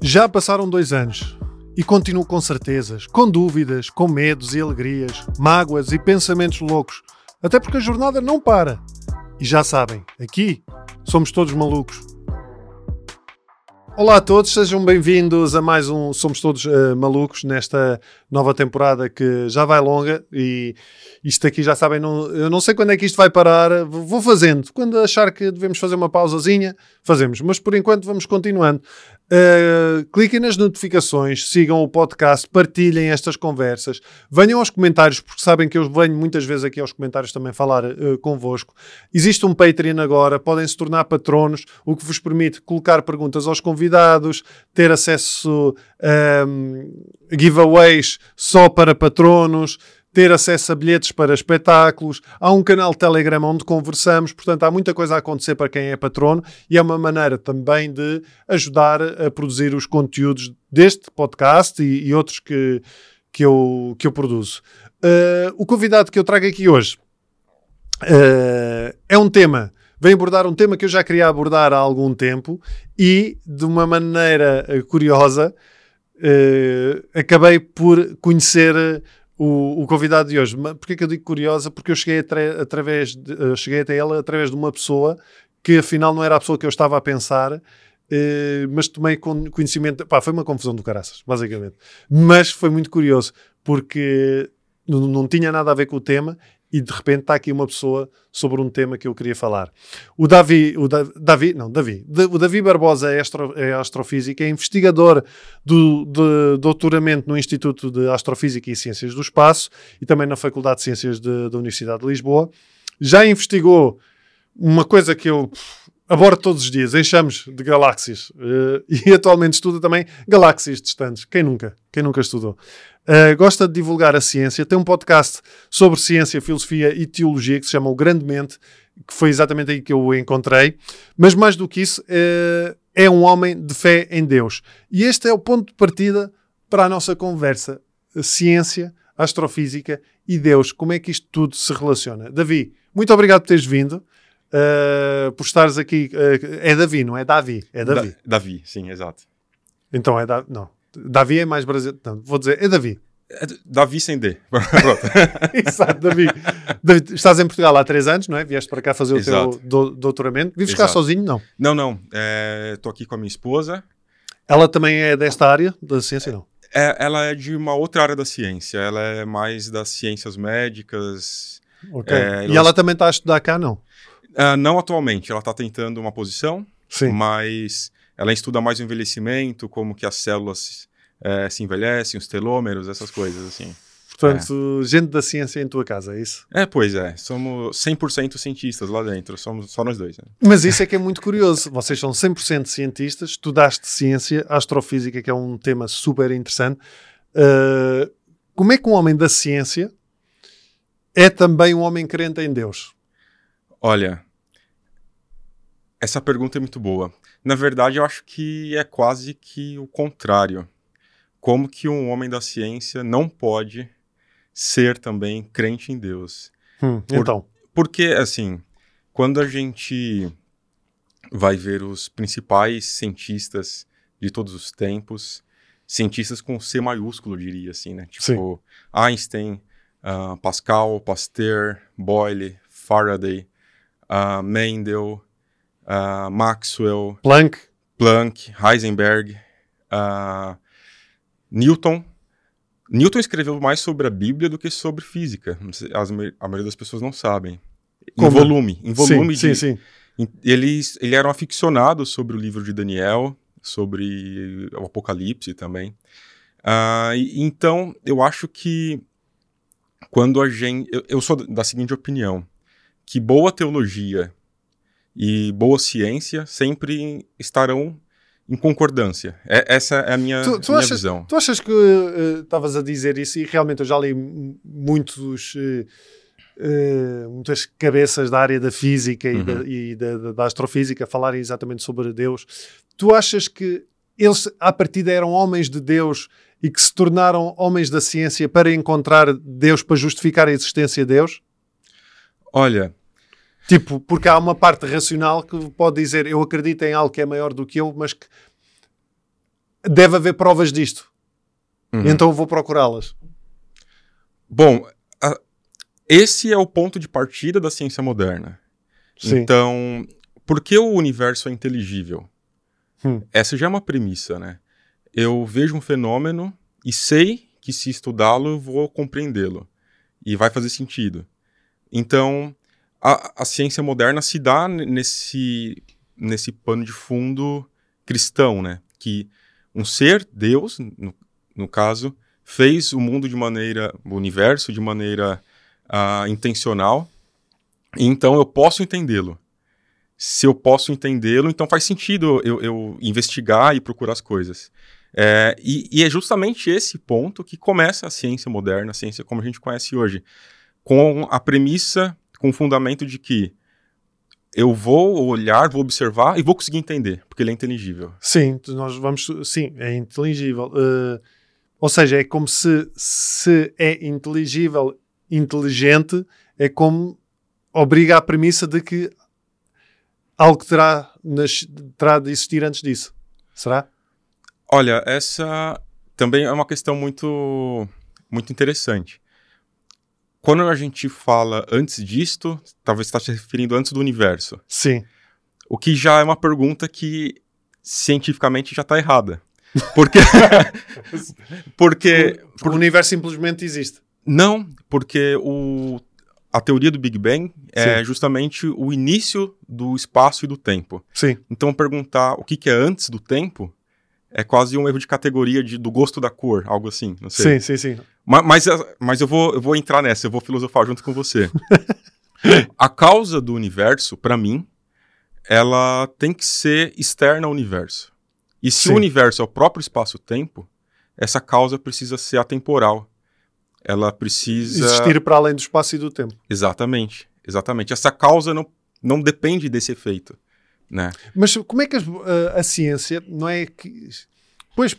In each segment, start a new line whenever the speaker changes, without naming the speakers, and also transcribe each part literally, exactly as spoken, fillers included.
Já passaram dois anos e continuo com certezas, com dúvidas, com medos e alegrias, mágoas e pensamentos loucos, até porque a jornada não para. E já sabem, aqui somos todos malucos. Olá a todos, sejam bem-vindos a mais um Somos Todos uh, Malucos, nesta nova temporada que já vai longa e isto aqui já sabem, não, eu não sei quando é que isto vai parar, vou fazendo. Quando achar que devemos fazer uma pausazinha, fazemos, mas por enquanto vamos continuando. Uh, cliquem nas notificações, sigam o podcast, partilhem estas conversas, venham aos comentários, porque sabem que eu venho muitas vezes aqui aos comentários também falar uh, convosco. Existe um Patreon agora, podem se tornar patronos, o que vos permite colocar perguntas aos convidados, ter acesso a um, giveaways só para patronos, ter acesso a bilhetes para espetáculos, há um canal de Telegram onde conversamos, portanto há muita coisa a acontecer para quem é patrono e é uma maneira também de ajudar a produzir os conteúdos deste podcast e, e outros que, que, eu, que eu produzo. Uh, o convidado que eu trago aqui hoje uh, é um tema, vem abordar um tema que eu já queria abordar há algum tempo e de uma maneira uh, curiosa uh, acabei por conhecer O, o convidado de hoje. Porquê que eu digo curiosa? Porque eu cheguei, atra- através de, uh, cheguei até ela através de uma pessoa que afinal não era a pessoa que eu estava a pensar, uh, mas tomei con- conhecimento... Pá, foi uma confusão do caraças, basicamente. Mas foi muito curioso, porque não, não tinha nada a ver com o tema e de repente está aqui uma pessoa sobre um tema que eu queria falar. O Davi, o da, Davi, não, Davi, o Davi Barbosa é, astro, é astrofísico, é investigador do, de doutoramento no Instituto de Astrofísica e Ciências do Espaço e também na Faculdade de Ciências de, da Universidade de Lisboa. Já investigou uma coisa que eu abordo todos os dias, enchamos de galáxias, uh, e atualmente estuda também galáxias distantes. Quem nunca? Quem nunca estudou? Uh, gosta de divulgar a ciência, tem um podcast sobre ciência, filosofia e teologia que se chama O Grandemente, que foi exatamente aí que eu o encontrei, mas mais do que isso, uh, é um homem de fé em Deus. E este é o ponto de partida para a nossa conversa. A ciência, a astrofísica e Deus. Como é que isto tudo se relaciona? Davi, muito obrigado por teres vindo, uh, por estares aqui. Uh, é Davi, não é Davi? É Davi.
Da- Davi, sim, exato.
Então é Davi, não. Davi é mais brasileiro. Não, vou dizer, é Davi.
É d- Davi sem D. Pronto.
Exato, Davi. Davi. Estás em Portugal há três anos, não é? Vieste para cá fazer o
Exato.
teu do, doutoramento. Vives cá
Exato.
sozinho? Não.
Não, não. Estou aqui com a minha esposa.
Ela também é desta área da ciência, não?
É, ela é de uma outra área da ciência. Ela é mais das ciências médicas.
Ok.
É,
e
ela-
ela também está a estudar cá, não?
Ah, não atualmente. Ela está tentando uma posição,
Sim.
mas ela estuda mais o envelhecimento, como que as células eh, se envelhecem, os telômeros, essas coisas assim.
Portanto, gente da ciência em tua casa, é isso?
É, pois é. Somos cem por cento cientistas lá dentro. Somos só nós dois. Né?
Mas isso é que é muito curioso. Vocês são cem por cento cientistas, estudaste ciência, astrofísica, que é um tema super interessante. Uh, como é que um homem da ciência é também um homem crente em Deus?
Olha, essa pergunta é muito boa. Na verdade, eu acho que é quase que o contrário. Como que um homem da ciência não pode ser também crente em Deus?
Hum,
Por-
Então,
Porque, assim, quando a gente vai ver os principais cientistas de todos os tempos, cientistas com C maiúsculo, eu diria assim, né? Tipo, Einstein, ah, Pascal, Pasteur, Boyle, Faraday, ah, Mendel, ah, Maxwell,
Planck,
Planck, Heisenberg, ah, Newton. Newton escreveu mais sobre a Bíblia do que sobre física. Não sei, as ma- a maioria das pessoas não sabem. Em
Como?
volume. Em volume
sim,
de,
sim, sim.
em- Ele, ele era um aficionado sobre o livro de Daniel, sobre o Apocalipse também. Ah, e- então, eu acho que quando a gente... Eu, eu sou da seguinte opinião, que boa teologia e boa ciência sempre estarão em concordância. É- essa é a minha,
Tu, tu
minha
achas,
visão.
tu achas que estavas a dizer isso e realmente eu já li m- muitos, eh, eh, muitas cabeças da área da física e,
Uhum.
da, e da, da- da astrofísica falarem exatamente sobre Deus. Tu achas que eles à partida eram homens de Deus e que se tornaram homens da ciência para encontrar Deus, para justificar a existência de Deus?
Olha,
Tipo, porque há uma parte racional que pode dizer eu acredito em algo que é maior do que eu, mas que deve haver provas disto.
Uhum.
Então eu vou procurá-las.
Bom, a, esse é o ponto de partida da ciência moderna.
Sim.
Então, por que o universo é inteligível?
Hum.
Essa já é uma premissa, né? Eu vejo um fenômeno e sei que se estudá-lo eu vou compreendê-lo. E vai fazer sentido. Então, a, a ciência moderna se dá nesse, nesse pano de fundo cristão, né? Que um ser, Deus, no, no caso, fez o mundo de maneira, o universo de maneira uh, intencional. E então eu posso entendê-lo. Se eu posso entendê-lo, então faz sentido eu, eu investigar e procurar as coisas. É, e, e é justamente esse ponto que começa a ciência moderna, a ciência como a gente conhece hoje, com a premissa, com o fundamento de que eu vou olhar, vou observar e vou conseguir entender, porque ele é inteligível.
Sim, nós vamos... Sim, é inteligível. Uh, ou seja, é como se, se é inteligível, inteligente, é como obriga a premissa de que algo terá, nas, terá de existir antes disso. Será?
Olha, essa também é uma questão muito, muito interessante. Quando a gente fala antes disto, talvez está se referindo antes do universo.
Sim.
O que já é uma pergunta que cientificamente já está errada. Porque... porque
o, o universo simplesmente existe.
Não, porque o, a teoria do Big Bang é
Sim.
justamente o início do espaço e do tempo.
Sim.
Então perguntar o que, que é antes do tempo é quase um erro de categoria de, do gosto da cor, algo assim, não sei.
Sim, sim, sim.
Mas, mas, mas eu, vou, eu vou entrar nessa, eu vou filosofar junto com você. A causa do universo, para mim, ela tem que ser externa ao universo. E se
Sim.
o universo é o próprio espaço-tempo, essa causa precisa ser atemporal. Ela precisa...
existir para além do espaço e do tempo.
Exatamente, exatamente. Essa causa não, não depende desse efeito. Né?
Mas como é que a, a, a ciência não é que... Pois,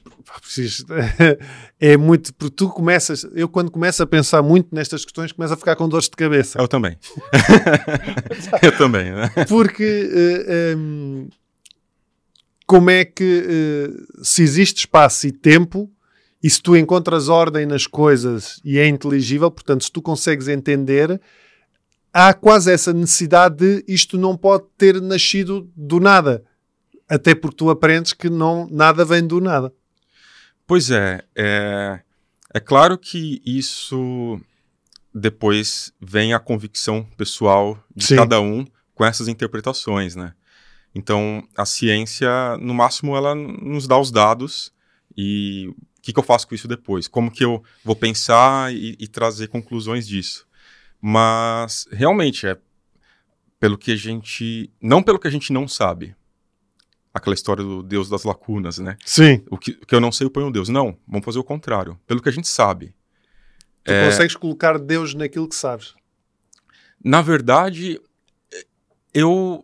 é muito... Porque tu começas... Eu quando começo a pensar muito nestas questões, começo a ficar com dores de cabeça.
Eu também. Eu também, né?
Porque uh, um, como é que uh, se existe espaço e tempo e se tu encontras ordem nas coisas e é inteligível, portanto, se tu consegues entender... há quase essa necessidade de isto não pode ter nascido do nada. Até porque tu aprendes que não, nada vem do nada.
Pois é, é. É claro que isso depois vem a convicção pessoal de
Sim.
cada um com essas interpretações, né? Então, a ciência, no máximo, ela nos dá os dados e o que, que eu faço com isso depois? Como que eu vou pensar e, e trazer conclusões disso? Mas, realmente, é pelo que a gente... Não pelo que a gente não sabe. Aquela história do Deus das lacunas, né?
Sim.
O que, o que eu não sei, eu ponho Deus. Não, vamos fazer o contrário. Pelo que a gente sabe.
Tu
é...
consegues colocar Deus naquilo que sabes.
Na verdade, eu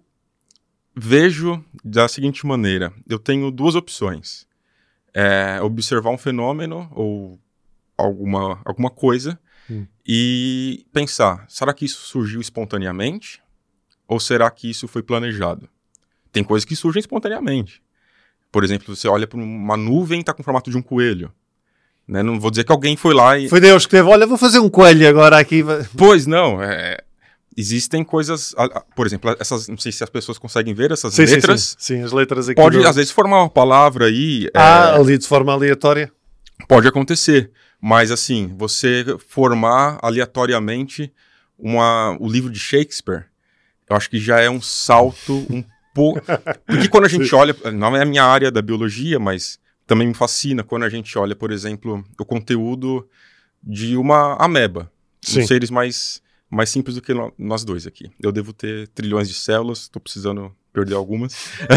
vejo da seguinte maneira. Eu tenho duas opções. É observar um fenômeno ou alguma, alguma coisa... Hum. E pensar, será que isso surgiu espontaneamente? Ou será que isso foi planejado? Tem coisas que surgem espontaneamente. Por exemplo, você olha para uma nuvem e está com o formato de um coelho. Né? Não vou dizer que alguém foi lá e...
Foi Deus que teve, olha, vou fazer um coelho agora aqui.
Pois não, é... existem coisas... Por exemplo, essas, não sei se as pessoas conseguem ver essas
sim,
letras.
Sim, sim. sim, as letras aqui.
Pode,
do...
às vezes, formar uma palavra aí...
Ah,
é...
ali de forma aleatória?
Pode acontecer. Mas, assim, você formar aleatoriamente uma, o livro de Shakespeare, eu acho que já é um salto um pouco... Porque quando a gente olha... Não é a minha área da biologia, mas também me fascina quando a gente olha, por exemplo, o conteúdo de uma ameba. Sim. Uns seres mais, mais simples do que nós dois aqui. Eu devo ter trilhões de células, estou precisando perder algumas.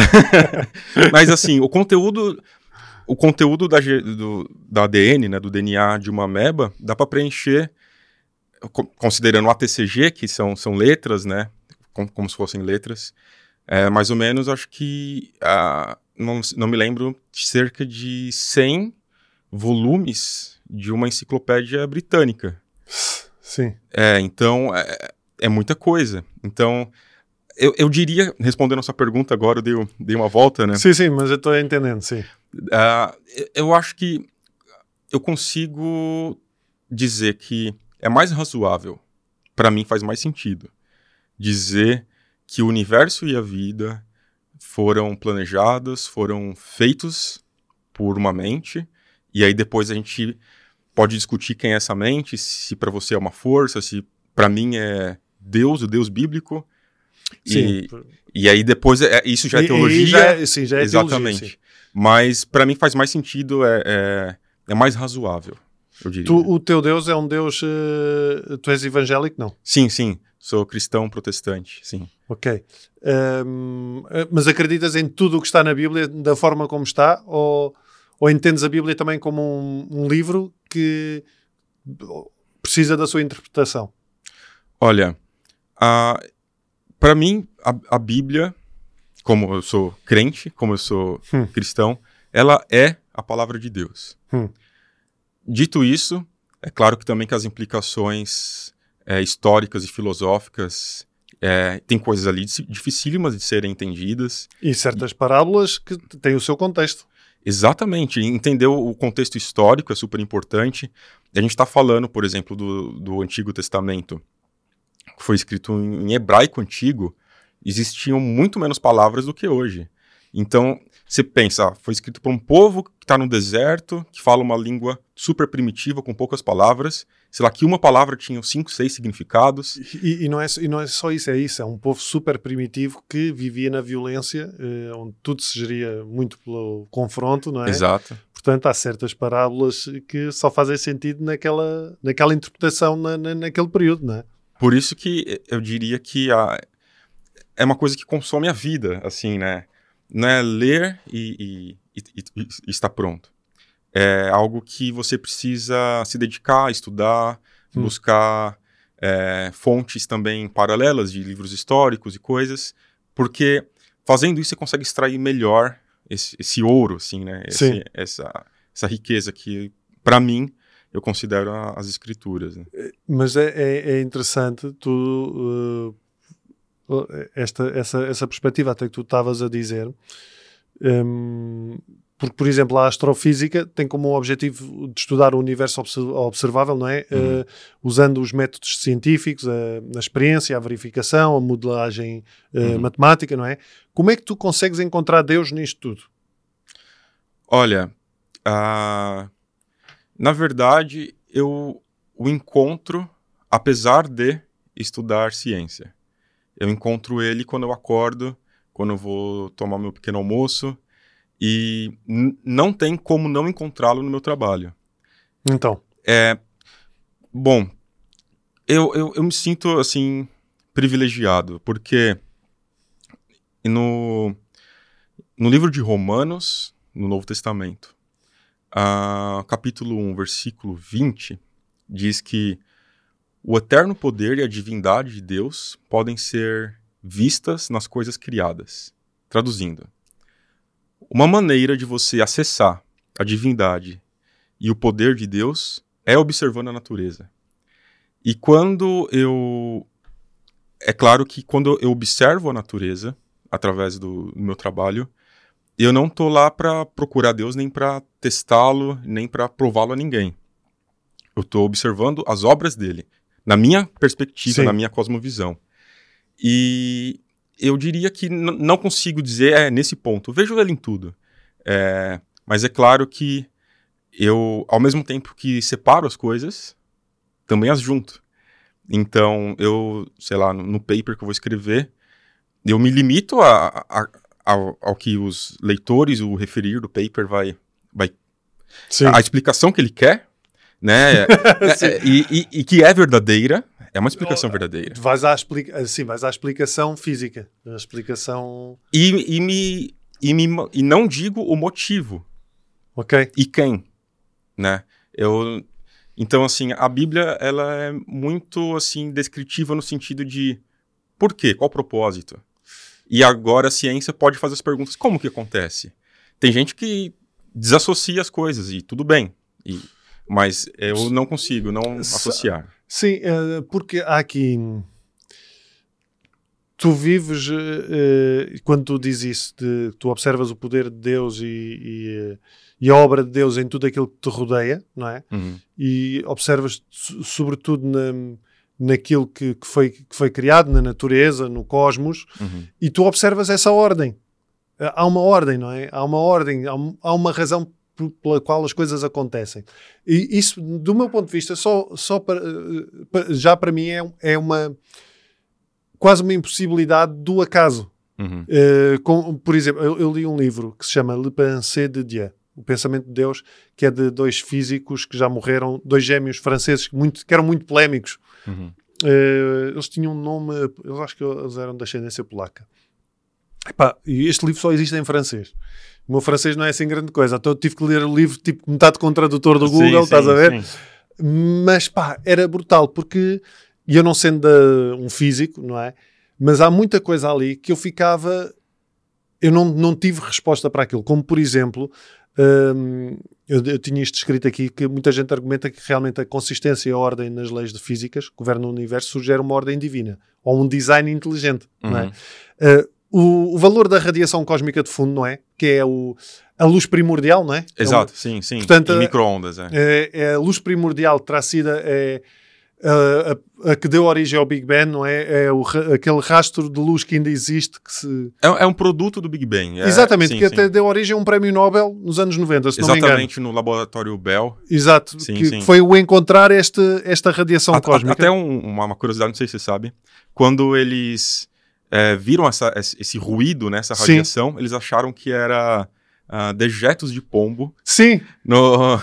Mas, assim, o conteúdo... O conteúdo da, do, da A D N, né, do D N A de uma ameba, dá para preencher, considerando o A T C G, que são, são letras, né, como, como se fossem letras, é, mais ou menos, acho que, uh, não, não me lembro, cerca de cem volumes de uma enciclopédia britânica.
Sim.
É, então, é, é muita coisa. Então... Eu, eu diria, respondendo a sua pergunta agora, eu dei, dei uma volta, né?
Sim, sim, mas eu estou entendendo, sim.
Uh, eu acho que eu consigo dizer que é mais razoável, para mim faz mais sentido, dizer que o universo e a vida foram planejados, foram feitos por uma mente, e aí depois a gente pode discutir quem é essa mente, se para você é uma força, se para mim é Deus, o Deus bíblico.
Sim.
E, e aí depois, é, isso já é
E- e
teologia.
já é- sim, já é
exatamente.
teologia, sim.
Mas para mim faz mais sentido, é, é, é mais razoável, eu diria.
Tu, o teu Deus é um Deus... eh, tu és evangélico? Não.
Sim, sim. Sou cristão protestante, sim.
Ok. Ahm, eh, mas acreditas em tudo o que está na Bíblia da forma como está? Ou, ou entendes a Bíblia também como um, um livro que precisa da sua interpretação?
Olha, para mim, a, a Bíblia, como eu sou crente, como eu sou
Hum.
cristão, ela é a palavra de Deus.
Hum.
Dito isso, é claro que também que as implicações é, históricas e filosóficas, é, tem coisas ali di- dificílimas de serem entendidas.
E certas parábolas que têm o seu contexto.
Exatamente, entender o contexto histórico é super importante. A gente está falando, por exemplo, do, do Antigo Testamento, que foi escrito em, em hebraico antigo, existiam muito menos palavras do que hoje. Então, você pensa, ah, foi escrito por um povo que está no deserto, que fala uma língua super primitiva, com poucas palavras. Sei lá, que uma palavra tinha cinco, seis significados.
E, e, não é, e não é só isso, é isso. É um povo super primitivo que vivia na violência, eh, onde tudo se geria muito pelo confronto, não é?
Exato.
Portanto, há certas parábolas que só fazem sentido naquela, naquela interpretação, na, na, naquele período, não é?
Por isso que eu diria que a, é uma coisa que consome a vida, assim, né? Não é ler e, e, e, e, e está pronto. É algo que você precisa se dedicar, estudar,
Hum.
buscar é, fontes também paralelas de livros históricos e coisas, porque fazendo isso você consegue extrair melhor esse, esse ouro, assim, né?
Sim.
Esse, essa, essa riqueza que, para mim, eu considero a, as escrituras. Né?
Mas é, é, é interessante tu, uh, esta, essa, essa perspectiva até que tu estavas a dizer, um, porque, por exemplo, a astrofísica tem como objetivo de estudar o universo observável, não é?
Uhum.
Uh, usando os métodos científicos, a, a experiência, a verificação, a modelagem uh,
Uhum.
matemática, não é? Como é que tu consegues encontrar Deus nisto tudo?
Olha, uh, na verdade, eu o encontro apesar de estudar ciência. Eu encontro ele quando eu acordo, quando eu vou tomar meu pequeno almoço, e n- não tem como não encontrá-lo no meu trabalho.
Então,
É, bom, eu, eu, eu me sinto, assim, privilegiado, porque no, no livro de Romanos, no Novo Testamento, a, capítulo um, versículo vinte, diz que o eterno poder e a divindade de Deus podem ser vistas nas coisas criadas. Traduzindo, uma maneira de você acessar a divindade e o poder de Deus é observando a natureza. E quando eu... É claro que quando eu observo a natureza, através do, do meu trabalho, eu não estou lá para procurar Deus, nem para testá-lo, nem para prová-lo a ninguém. Eu estou observando as obras dele, na minha perspectiva,
Sim.
na minha cosmovisão. E eu diria que n- não consigo dizer, é, nesse ponto, eu vejo ele em tudo. É, mas é claro que eu, ao mesmo tempo que separo as coisas, também as junto. Então, eu, sei lá, no, no paper que eu vou escrever, eu me limito a, a, ao, ao que os leitores, o referir do paper vai... vai
sim.
a explicação que ele quer, né?
Sim.
é, e, e, e que é verdadeira, é uma explicação verdadeira.
Vais à, explica... Sim, vais à explicação física. A explicação...
E, e, me, e, me, e não digo o motivo
Ok?
e quem, né? Eu, então, assim, a Bíblia, ela é muito, assim, descritiva no sentido de por quê? Qual o propósito? E agora a ciência pode fazer as perguntas, como que acontece? Tem gente que desassocia as coisas e tudo bem, e, mas eu não consigo não associar.
Sim, uh, porque há aqui... tu vives, uh, quando tu dizes isso, de, tu observas o poder de Deus e, e, e a obra de Deus em tudo aquilo que te rodeia, não é?
Uhum.
E observas sobretudo na, naquilo que, que, foi, que foi criado, na natureza, no cosmos,
Uhum.
e tu observas essa ordem. Há uma ordem, não é? Há uma ordem, há uma razão pela qual as coisas acontecem. E isso, do meu ponto de vista, só, só para, já para mim é, é uma quase uma impossibilidade do acaso.
Uhum.
Uh, com, por exemplo, eu, eu li um livro que se chama Le Pensée de Dieu, o pensamento de Deus, que é de dois físicos que já morreram, dois gêmeos franceses muito, que eram muito polémicos.
Uhum.
Uh, eles tinham um nome, eu acho que eles eram de ascendência polaca. Epá, e este livro só existe em francês. O meu francês não é assim grande coisa, então eu tive que ler o livro tipo metade com o tradutor do Google, sim, estás sim, a ver? Sim. Mas pá, era brutal, porque e eu não sendo de, um físico, não é? Mas há muita coisa ali que eu ficava, eu não, não tive resposta para aquilo, como por exemplo, hum, eu, eu tinha isto escrito aqui, que muita gente argumenta que realmente a consistência e a ordem nas leis de físicas que governam o universo sugere uma ordem divina, ou um design inteligente, uhum. não é? Uh, O, o valor da radiação cósmica de fundo, não é? Que é o, a luz primordial, não é?
Exato, é uma, sim, sim. Portanto, em micro-ondas, é.
É, é. A luz primordial terá sido é, a, a, a que deu origem ao Big Bang, não é? É o, aquele rastro de luz que ainda existe. Que se...
é, é um produto do Big Bang. É,
exatamente,
sim,
que
sim.
até deu origem a um prémio Nobel nos anos noventa, se
exatamente,
não me engano.
Exatamente, no laboratório Bell.
Exato,
sim,
que
sim.
foi o encontrar este, esta radiação
a,
cósmica.
Até um, uma, uma curiosidade, não sei se você sabe, quando eles... É, viram essa, esse ruído, né, essa radiação, sim. Eles acharam que era uh, dejetos de pombo
sim.
No...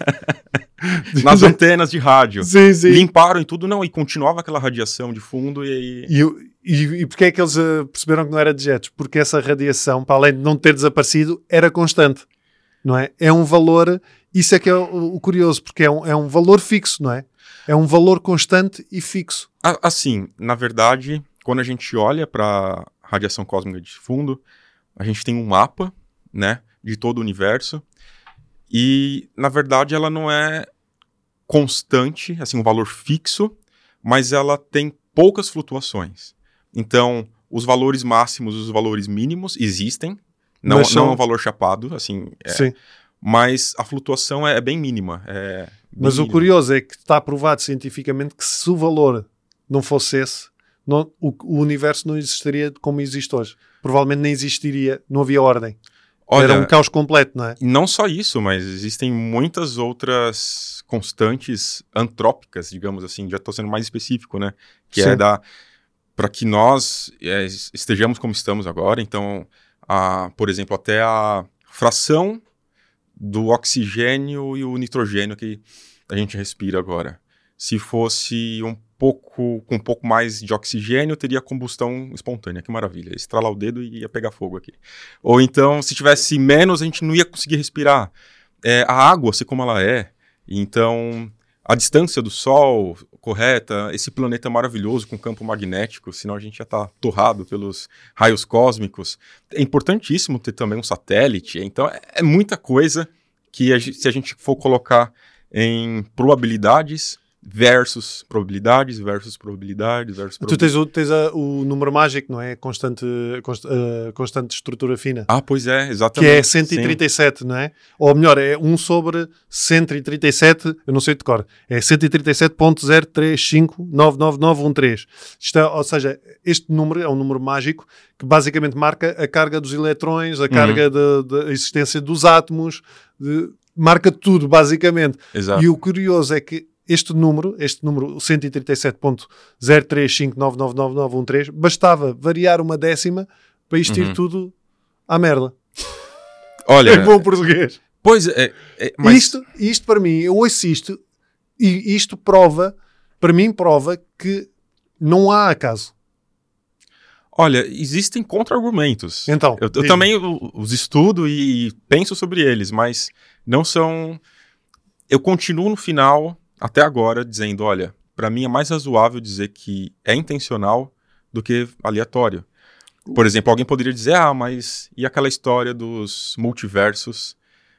nas antenas de rádio.
Sim, sim.
Limparam e tudo, não, e continuava aquela radiação de fundo e aí...
E, e, e porquê é que eles uh, perceberam que não era dejetos? Porque essa radiação, para além de não ter desaparecido, era constante, não é? É um valor, isso é que é o, o curioso, porque é um, é um valor fixo, não é? É um valor constante e fixo.
Assim, na verdade... Quando a gente olha para a radiação cósmica de fundo, a gente tem um mapa, né, de todo o universo e, na verdade, ela não é constante, assim, um valor fixo, mas ela tem poucas flutuações. Então, os valores máximos e os valores mínimos existem, não, são... não é um valor chapado, assim, é,
sim.
Mas a flutuação é, é bem mínima. É bem
mas
mínima.
O curioso é que está provado cientificamente que se o valor não fosse esse, Não, o, o universo não existiria como existe hoje. Provavelmente nem existiria, não havia ordem. Olha, era um caos completo, não é?
Não só isso, mas existem muitas outras constantes antrópicas, digamos assim, já estou sendo mais específico, né? Que Sim. é da... para que nós é, estejamos como estamos agora, então, a, por exemplo, até a fração do oxigênio e o nitrogênio que a gente respira agora. Se fosse um pouco, com um pouco mais de oxigênio, teria combustão espontânea. Que maravilha. Estralar o dedo e ia pegar fogo aqui. Ou então, se tivesse menos, a gente não ia conseguir respirar. É, a água, sei como ela é. Então, a distância do Sol correta, esse planeta maravilhoso com campo magnético, senão a gente já está torrado pelos raios cósmicos. É importantíssimo ter também um satélite. Então, é, é muita coisa que, a, se a gente for colocar em probabilidades... versus probabilidades, versus probabilidades, versus
probabilidades. Tu tens, o, tens a, o número mágico, não é? Constante, const, uh, constante estrutura fina.
Ah, pois é, exatamente.
Que é cento e trinta e sete, sim. Não é? Ou melhor, é um sobre cento e trinta e sete, eu não sei de cor, é cento e trinta e sete ponto zero três cinco nove nove nove um três. Isto é, ou seja, este número é um número mágico que basicamente marca a carga dos eletrões, a carga uhum. da existência dos átomos, de, marca tudo, basicamente.
Exato.
E o curioso é que este número, este número cento e trinta e sete ponto zero três cinco nove nove nove nove um três, bastava variar uma décima para isto ir uhum. tudo à merda.
Olha,
em bom português.
Pois é, é mas...
isto, isto para mim, eu ouço isto e isto prova, para mim prova que não há acaso.
Olha, existem contra-argumentos.
Então,
eu, eu também os estudo e penso sobre eles, mas não são... Eu continuo no final... até agora, dizendo, olha, para mim é mais razoável dizer que é intencional do que aleatório. Por exemplo, alguém poderia dizer, ah, mas e aquela história dos multiversos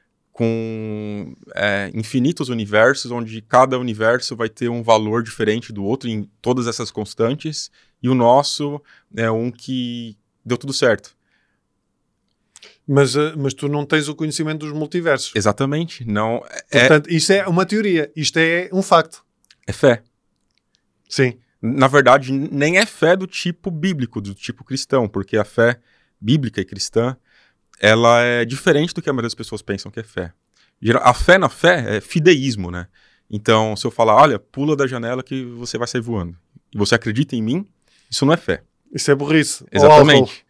com é, infinitos universos, onde cada universo vai ter um valor diferente do outro em todas essas constantes, e o nosso é um que deu tudo certo.
Mas, mas tu não tens o conhecimento dos multiversos.
Exatamente. Não, é,
Portanto, isto é uma teoria. Isto é um facto.
é fé.
Sim.
Na verdade, nem é fé do tipo bíblico, do tipo cristão, porque a fé bíblica e cristã, ela é diferente do que a maioria das pessoas pensam que é fé. A fé na fé é fideísmo, né? Então, se eu falar, olha, pula da janela que você vai sair voando, e você acredita em mim, isso não é fé.
Isso é burrice.
Exatamente.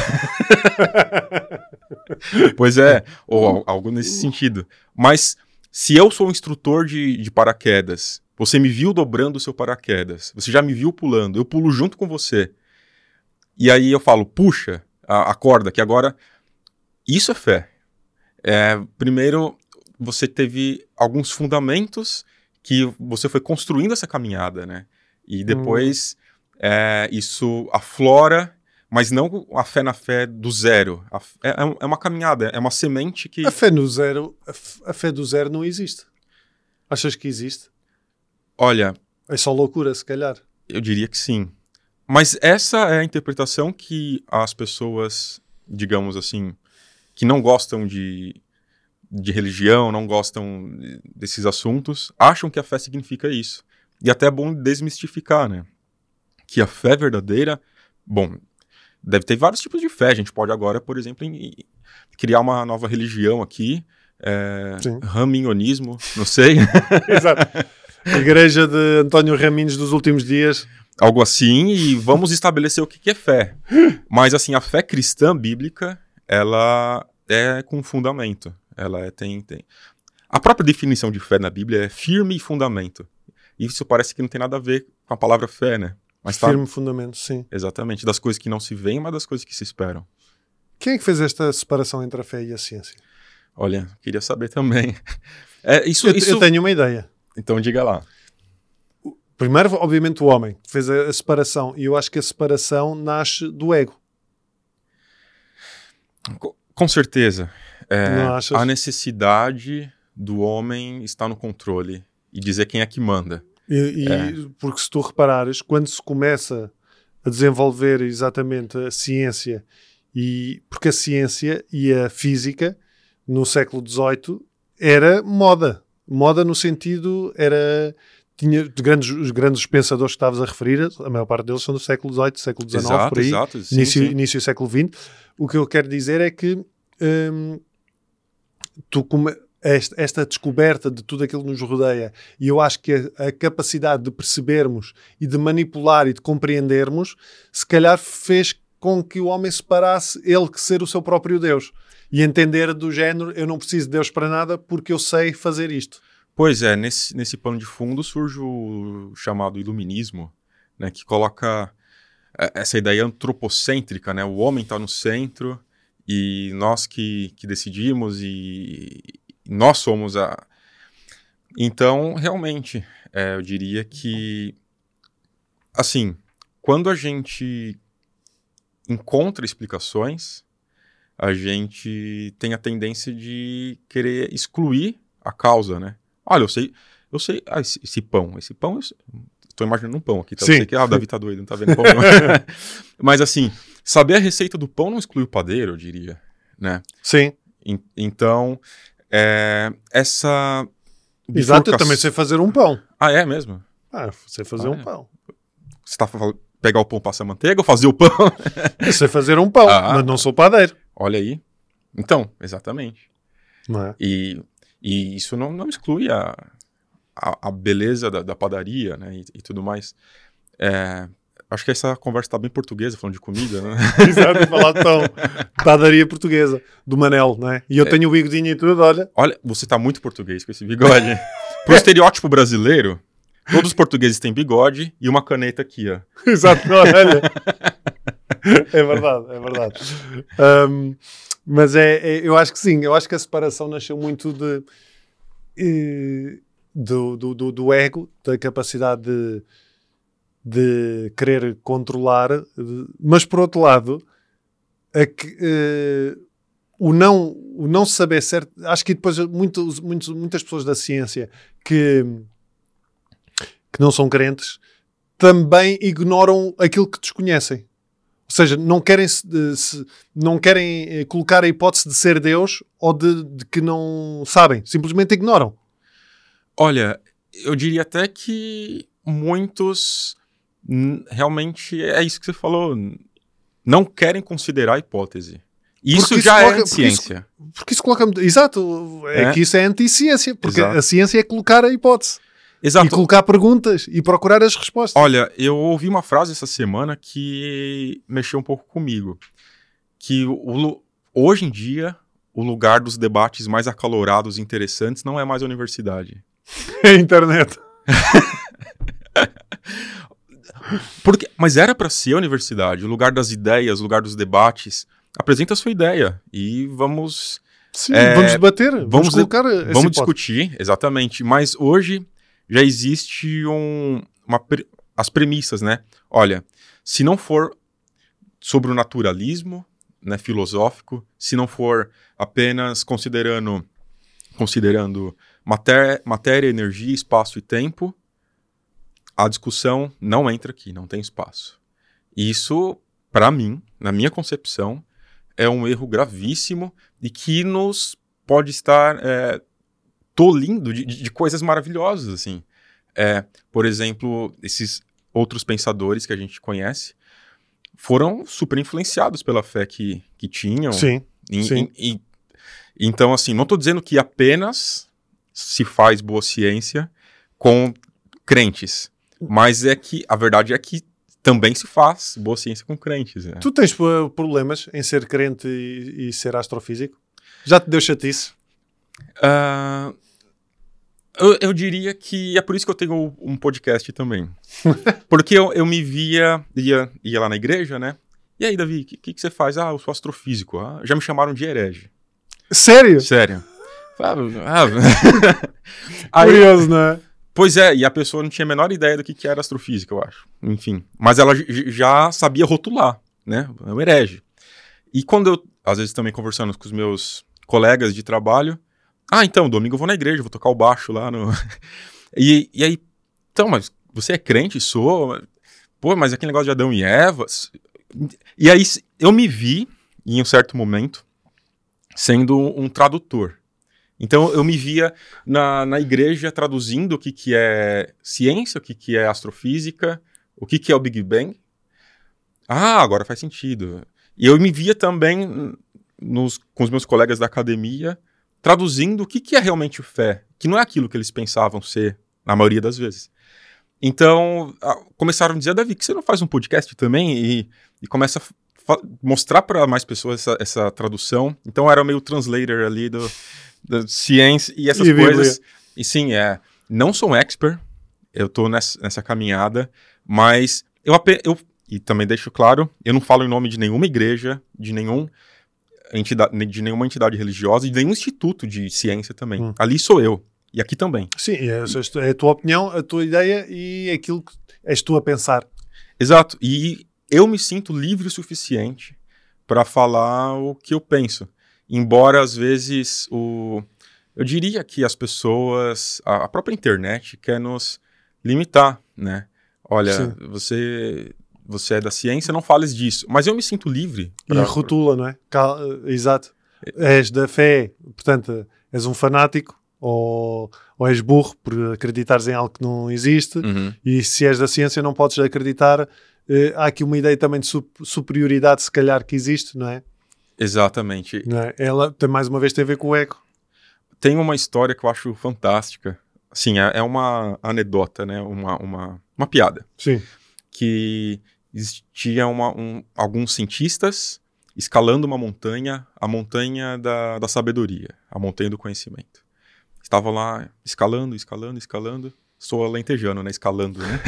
Pois é, ou algo nesse sentido. Mas se eu sou um instrutor de, de paraquedas, você me viu dobrando o seu paraquedas, você já me viu pulando, eu pulo junto com você, e aí eu falo, puxa a, a corda, que agora isso é fé. É, primeiro, você teve alguns fundamentos que você foi construindo essa caminhada, né? E depois hum. é, isso aflora, mas não a fé na fé do zero. A, é, é uma caminhada, é uma semente que...
A fé no zero, a, f- a fé do zero não existe. Achas que existe?
Olha...
É só loucura, se calhar.
Eu diria que sim. Mas essa é a interpretação que as pessoas, digamos assim, que não gostam de, de religião, não gostam desses assuntos, acham que a fé significa isso. E até é bom desmistificar, né? Que a fé verdadeira... Bom, deve ter vários tipos de fé. A gente pode agora, por exemplo, em, criar uma nova religião aqui. É, raminhonismo, não sei.
Exato. Igreja de António Raminhos dos últimos dias.
Algo assim, e vamos estabelecer o que, que é fé. Mas, assim, a fé cristã bíblica, ela é com fundamento. Ela é, tem, tem... A própria definição de fé na Bíblia é firme e fundamento. Isso parece que não tem nada a ver com a palavra fé, né? Mas
firme
tá...
fundamento, sim.
Exatamente. Das coisas que não se veem, mas das coisas que se esperam.
Quem é que fez esta separação entre a fé e a ciência?
Olha, queria saber também. É, isso,
eu,
isso...
eu tenho uma ideia.
Então diga lá.
Primeiro, obviamente, o homem fez a, a separação. E eu acho que a separação nasce do ego.
Com, com certeza. É,
Não achas?
A necessidade do homem está no controle e dizer quem é que manda.
E, e é. Porque se tu reparares, quando se começa a desenvolver exatamente a ciência, e porque a ciência e a física no século dezoito era moda. Moda no sentido, era... Tinha grandes, os grandes pensadores que estavas a referir, a maior parte deles são do século dezoito, século dezenove,
exato,
por aí,
exato, sim,
início,
sim.
início do século vinte. O que eu quero dizer é que hum, tu come, esta, esta descoberta de tudo aquilo que nos rodeia, e eu acho que a, a capacidade de percebermos e de manipular e de compreendermos, se calhar fez com que o homem separasse ele que ser o seu próprio Deus. E entender do género, eu não preciso de Deus para nada porque eu sei fazer isto.
Pois é, nesse, nesse pano de fundo surge o chamado iluminismo, né, que coloca essa ideia antropocêntrica, né, o homem está no centro e nós que, que decidimos e nós somos a... Então, realmente, é, eu diria que, assim, quando a gente encontra explicações, a gente tem a tendência de querer excluir a causa, né? Olha, eu sei, eu sei, ah, esse, esse pão, esse pão, eu estou imaginando um pão aqui, tá? Eu sei que, ah, o Davi tá doido, não tá vendo pão não. Mas assim, saber a receita do pão não exclui o padeiro, eu diria, né?
Sim.
E, então, é, essa...
Exato, eu também sei fazer um pão.
Ah, é mesmo?
Ah, sei fazer ah, um é. pão.
Você tá falando pegar o pão, passar manteiga ou fazer o pão?
Eu sei fazer um pão, ah, mas não sou padeiro.
Olha aí. Então, exatamente.
Não é?
E... E isso não, não exclui a, a, a beleza da, da padaria, né, e, e tudo mais. É, acho que essa conversa está bem portuguesa, falando de comida, né?
Exato, falar de pão. Padaria portuguesa, do Manel, né? E eu é. tenho o bigodinho e tudo, olha.
Olha, você está muito português com esse bigode. Pro estereótipo brasileiro, todos os portugueses têm bigode e uma caneta aqui, ó.
Exato, olha. É verdade, é verdade. Um, mas é, é, eu acho que sim, eu acho que a separação nasceu muito de, de, do, do, do ego, da capacidade de, de querer controlar, de, mas por outro lado, a que, uh, o, não, o não saber certo, acho que depois muito, muito, muitas pessoas da ciência que, que não são crentes também ignoram aquilo que desconhecem. Ou seja, não querem, se, se, não querem colocar a hipótese de ser Deus ou de, de que não sabem. Simplesmente ignoram.
Olha, eu diria até que muitos n- realmente é isso que você falou. Não querem considerar a hipótese. Isso
Porque
já
isso
é
coloca-
ciência.
Porque isso coloca... Exato. É,
É.
que isso é anti-ciência. Porque
Exato.
a ciência é colocar a hipótese.
Exato.
E colocar perguntas. E procurar as respostas.
Olha, eu ouvi uma frase essa semana que mexeu um pouco comigo. Que o, o- hoje em dia, o lugar dos debates mais acalorados e interessantes não é mais a universidade.
A internet.
Porque, mas era para ser a universidade, o lugar das ideias, o lugar dos debates. Apresenta a sua ideia e vamos...
Sim,
É,
vamos debater. Vamos,
vamos
colocar essa
Vamos
hipótese.
discutir, exatamente. Mas hoje já existe um, uma, pre- as premissas, né? Olha, se não for sobre o naturalismo, né, filosófico, se não for apenas considerando, considerando matéria, matéria, energia, espaço e tempo, a discussão não entra aqui, não tem espaço. E isso, para mim, na minha concepção, é um erro gravíssimo e que nos pode estar é, tolindo de, de coisas maravilhosas, assim. É, por exemplo, esses outros pensadores que a gente conhece foram super influenciados pela fé que, que tinham.
Sim,
E-
sim.
e- e- então, assim, não estou dizendo que apenas se faz boa ciência com crentes, mas é que a verdade é que também se faz boa ciência com crentes. Né?
Tu tens uh, problemas em ser crente e, e ser astrofísico? Já te deu chatice?
Ah, eu, eu diria que é por isso que eu tenho um podcast também. Porque eu, eu me via, ia, ia lá na igreja, né? E aí, Davi, o que, que, que você faz? Ah, eu sou astrofísico. Ah, já me chamaram de herege.
Sério?
Sério. Ah, ah. Aí,
Curioso, não é?
pois é, e a pessoa não tinha a menor ideia do que, que era astrofísica, eu acho. Enfim. Mas ela j- já sabia rotular, né? É um herege. E quando eu, às vezes também conversando com os meus colegas de trabalho, ah, então, domingo eu vou na igreja, vou tocar o baixo lá no... e, e aí, então, mas você é crente? Sou. Pô, mas aquele negócio de Adão e Eva... E aí eu me vi, em um certo momento, sendo um tradutor. Então eu me via na, na igreja traduzindo o que, que é ciência, o que, que é astrofísica, o que, que é o Big Bang. Ah, agora faz sentido. E eu me via também nos, com os meus colegas da academia traduzindo o que, que é realmente fé, que não é aquilo que eles pensavam ser, na maioria das vezes. Então, a, começaram a dizer, Davi, que você não faz um podcast também? E, e começa a mostrar para mais pessoas essa, essa tradução. Então, eu era meio translator ali do, da ciência e essas
E
coisas.
Bíblia.
E sim, é, não sou um expert, eu estou nessa, nessa caminhada, mas eu, ape- eu, e também deixo claro, eu não falo em nome de nenhuma igreja, de, nenhum entidade, de nenhuma entidade religiosa e de nenhum instituto de ciência também.
Hum.
Ali sou eu. E aqui também.
Sim, é, é a tua opinião, a tua ideia e aquilo que és tu a pensar.
Exato. E eu me sinto livre o suficiente para falar o que eu penso. Embora, às vezes, o... eu diria que as pessoas, a a própria internet quer nos limitar, né? Olha, você, você é da ciência, não fales disso. Mas eu me sinto livre.
E
pra-
rotula, não é? Cal- Exato. És da fé, portanto, és um fanático ou, ou és burro por acreditares em algo que não existe.
Uhum.
E se és da ciência não podes acreditar. Eh, há aqui uma ideia também de su- superioridade, se calhar, que existe, não é?
Exatamente.
Não é? Ela tem, mais uma vez, tem a ver com o ego.
Tem uma história que eu acho fantástica. Assim, é, é uma anedota, né? Uma, uma, uma piada.
Sim.
Que existia uma, um, alguns cientistas escalando uma montanha, a montanha da, da sabedoria, a montanha do conhecimento. Estavam lá escalando, escalando, escalando. Sou alentejano, né? Escalando, né?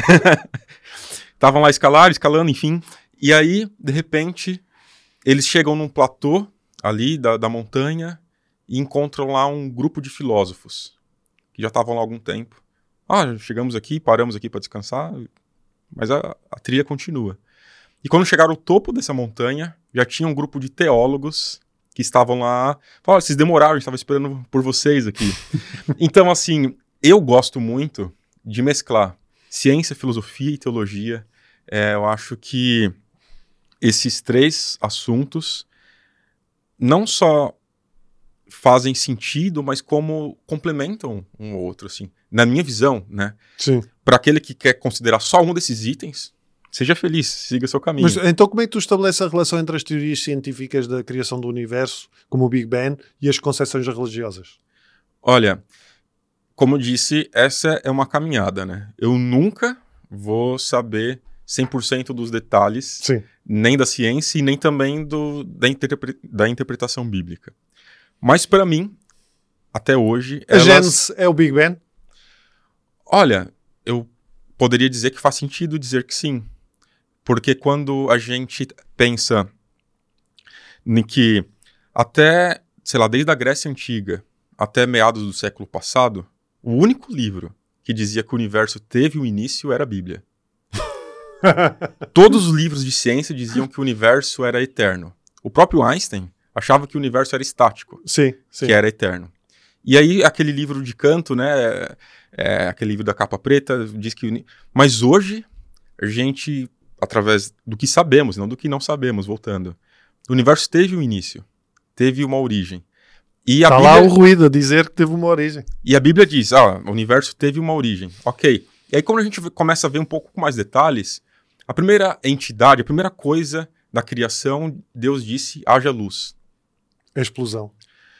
Estavam lá escalando, escalando, enfim. E aí, de repente, eles chegam num platô ali da, da montanha e encontram lá um grupo de filósofos que já estavam lá há algum tempo. Ah, chegamos aqui, paramos aqui para descansar, mas a, a trilha continua. E quando chegaram ao topo dessa montanha, já tinha um grupo de teólogos que estavam lá. Falaram, vocês demoraram, a gente estava esperando por vocês aqui. Então, assim, eu gosto muito de mesclar ciência, filosofia e teologia. É, eu acho que esses três assuntos não só fazem sentido, mas como complementam um ou outro, assim. Na minha visão, né?
Sim.
Para aquele que quer considerar só um desses itens, seja feliz, siga seu caminho.
Mas então como é que tu estabeleces a relação entre as teorias científicas da criação do universo, como o Big Bang, e as concepções religiosas?
Olha, como eu disse, essa é uma caminhada, né? Eu nunca vou saber cem por cento dos detalhes,
Sim.
nem da ciência e nem também do, da, interpre- da interpretação bíblica. Mas para mim, até hoje...
A
elas...
Gênesis é o Big Bang?
Olha, eu poderia dizer que faz sentido dizer que sim. Porque quando a gente pensa em que até, sei lá, desde a Grécia Antiga até meados do século passado, o único livro que dizia que o universo teve um início era a Bíblia. Todos os livros de ciência diziam que o universo era eterno. O próprio Einstein achava que o universo era estático,
Sim, sim.
que era eterno. E aí aquele livro de canto, né, é, aquele livro da capa preta, diz que... Uni... Mas hoje, a gente, através do que sabemos, não do que não sabemos, voltando, o universo teve um início, teve uma origem. E a
Está
Bíblia...
lá o ruído a dizer que teve uma origem.
E a Bíblia diz, ah, o universo teve uma origem. Ok. E aí quando a gente começa a ver um pouco com mais detalhes, a primeira entidade, a primeira coisa da criação, Deus disse, haja luz.
A explosão.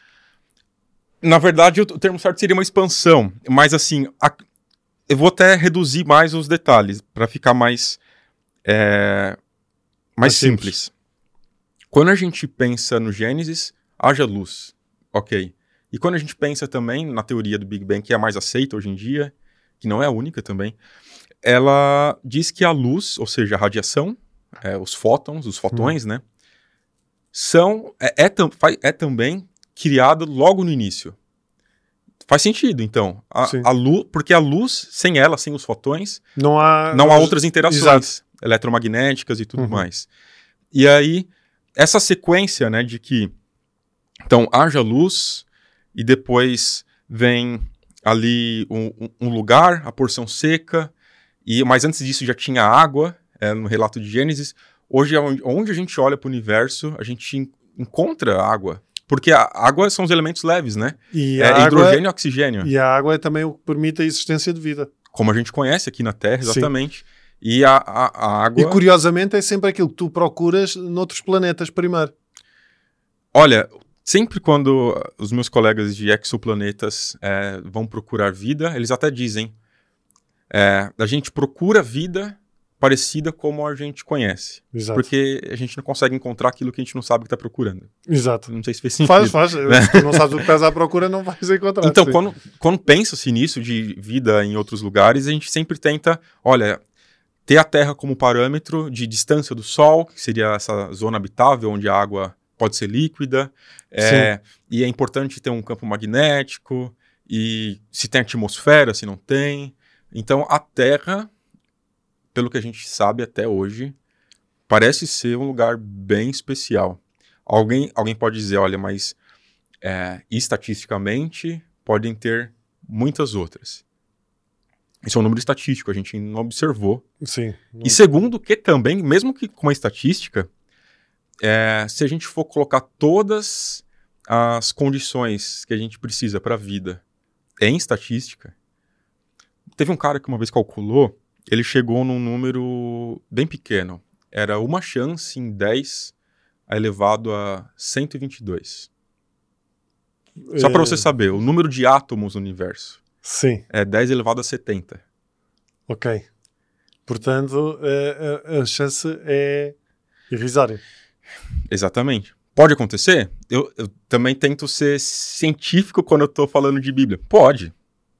Na verdade, o termo certo seria uma expansão, mas assim, a... eu vou até reduzir mais os detalhes, para ficar mais, é... mais simples. simples. Quando a gente pensa no Gênesis, haja luz. Ok. E quando a gente pensa também na teoria do Big Bang, que é a mais aceita hoje em dia, que não é a única também, ela diz que a luz, ou seja, a radiação, é, os fótons, os fotões, hum. né, são, é, é, tam, é também criado logo no início. Faz sentido, então. A, a luz, porque a luz, sem ela, sem os fotões,
não há,
não há outras interações
Exato.
eletromagnéticas e tudo
uhum.
mais. E aí, essa sequência, né, de que então, haja luz, e depois vem ali um, um lugar, a porção seca, e, mas antes disso já tinha água, é, no relato de Gênesis. Hoje, onde, onde a gente olha para o universo, a gente en- encontra água. Porque a água são os elementos leves, né?
E
é
água,
hidrogênio e oxigênio.
E a água é também o que permite a existência de vida.
Como a gente conhece aqui na Terra, exatamente. Sim. E a, a, a água...
E curiosamente é sempre aquilo que tu procuras noutros planetas primeiro.
Olha... Sempre quando os meus colegas de exoplanetas é, vão procurar vida, eles até dizem é, a gente procura vida parecida como a gente conhece.
Exato.
Porque a gente não consegue encontrar aquilo que a gente não sabe que está procurando.
Exato.
Não sei se fez sentido.
Faz, faz. Se tu não sabes o que estás à procura, não vais encontrar.
Então, quando, quando pensa-se nisso de vida em outros lugares, a gente sempre tenta, olha, ter a Terra como parâmetro de distância do Sol, que seria essa zona habitável onde a água... pode ser líquida, é, e é importante ter um campo magnético, e se tem atmosfera, se não tem. Então, a Terra, pelo que a gente sabe até hoje, parece ser um lugar bem especial. Alguém, alguém pode dizer, olha, mas é, estatisticamente podem ter muitas outras. Isso é um número estatístico, a gente não observou.
Sim.
E segundo que também, mesmo que com a estatística, É, se a gente for colocar todas as condições que a gente precisa para a vida em estatística, teve um cara que uma vez calculou, ele chegou num número bem pequeno. Era uma chance em dez elevado a cento e vinte e dois. Só para você saber, o número de átomos no universo
Sim.
é dez elevado a setenta.
Ok. Portanto, a, a, a chance é irrisória.
Exatamente. Pode acontecer? Eu, eu também tento ser científico quando eu estou falando de Bíblia. Pode.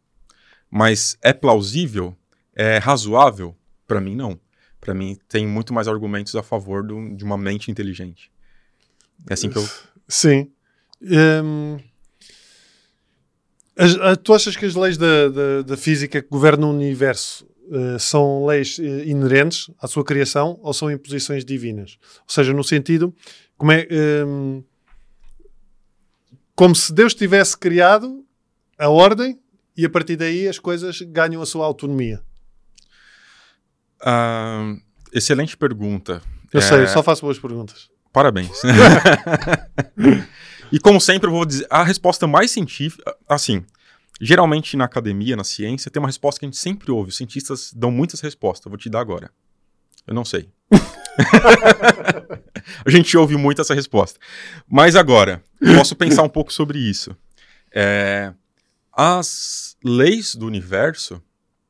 Mas é plausível? É razoável? Para mim, não. Para mim, tem muito mais argumentos a favor do, de uma mente inteligente. É assim que eu...
Sim. Um, as, a, tu achas que as leis da, da, da física que governam o universo Uh, são leis uh, inerentes à sua criação ou são imposições divinas? Ou seja, no sentido, como, é, um, como se Deus tivesse criado a ordem e a partir daí as coisas ganham a sua autonomia.
Uh, excelente pergunta.
Eu
é...
sei, eu só faço boas perguntas.
Parabéns. E como sempre, eu vou dizer, a resposta mais científica, assim, geralmente na academia, na ciência, tem uma resposta que a gente sempre ouve. Os cientistas dão muitas respostas, eu vou te dar agora. Eu não sei. A gente ouve muito essa resposta. Mas agora, eu posso pensar um pouco sobre isso. É, as leis do universo,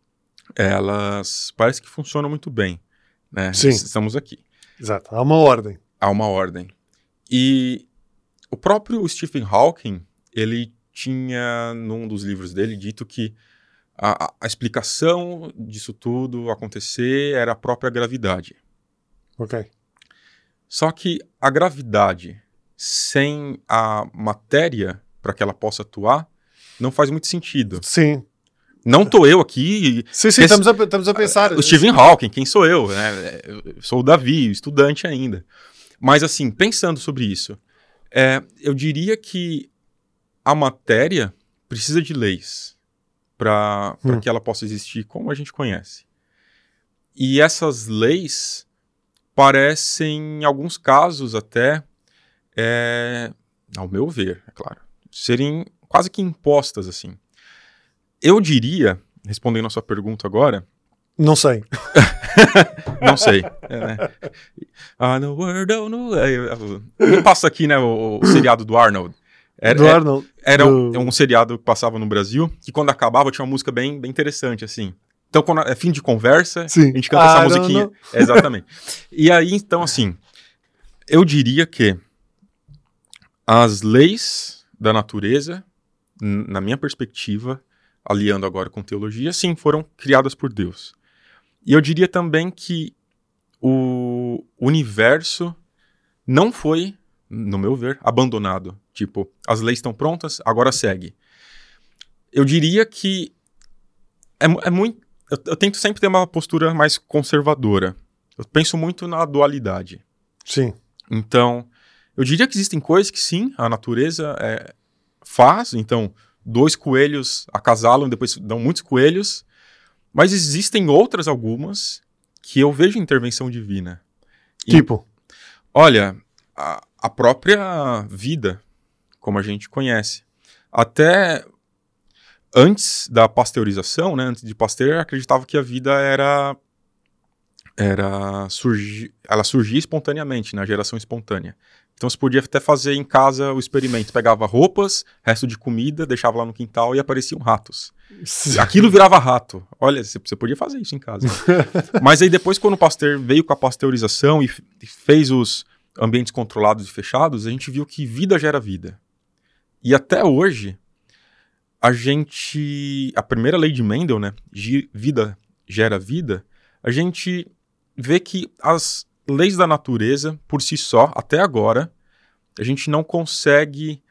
elas parece que funcionam muito bem, né?
Sim.
Estamos aqui.
Exato, há uma ordem.
Há uma ordem. E o próprio Stephen Hawking, ele tinha, num dos livros dele, dito que a, a explicação disso tudo acontecer era a própria gravidade.
Ok.
Só que a gravidade, sem a matéria para que ela possa atuar, não faz muito sentido.
Sim.
Não tô eu aqui...
Sim, sim,
esse,
estamos, a, estamos a pensar.
O Stephen Hawking, quem sou eu? Né? Eu sou o Davi, estudante ainda. Mas assim, pensando sobre isso, é, eu diria que a matéria precisa de leis para hum. que ela possa existir como a gente conhece. E essas leis parecem, em alguns casos até, é, ao meu ver, é claro, serem quase que impostas assim. Eu diria, respondendo a sua pergunta agora...
Não sei.
Não sei. É, né? Ah, no world, oh, no... Me passa aqui, né, o, o seriado do Arnold. Era,
do Arnold.
Era
do...
um, um seriado que passava no Brasil, que quando acabava tinha uma música bem, bem interessante, assim. Então, quando é fim de conversa,
Sim.
a gente canta
ah,
essa musiquinha.
Não, não.
Exatamente. E aí, então, assim, eu diria que as leis da natureza, na minha perspectiva, aliando agora com teologia, sim, foram criadas por Deus. E eu diria também que o universo não foi, no meu ver, abandonado. Tipo, as leis estão prontas, agora segue. Eu diria que é, é muito... Eu, eu tento sempre ter uma postura mais conservadora. Eu penso muito na dualidade.
Sim.
Então, eu diria que existem coisas que sim, a natureza é, faz. Então, dois coelhos acasalam, depois dão muitos coelhos. Mas existem outras algumas que eu vejo intervenção divina. E,
tipo?
Olha, a, a própria vida, como a gente conhece. Até antes da pasteurização, né, antes de Pasteur, acreditava que a vida era, era surgi, ela surgia espontaneamente, na geração espontânea. Então você podia até fazer em casa o experimento. Pegava roupas, resto de comida, deixava lá no quintal e apareciam ratos. Aquilo virava rato. Olha, você podia fazer isso em casa. Mas aí depois, quando o Pasteur veio com a pasteurização e fez os ambientes controlados e fechados, a gente viu que vida gera vida. E até hoje, a gente... A primeira lei de Mendel, né? Vida gera vida. A gente vê que as leis da natureza, por si só, até agora, a gente não consegue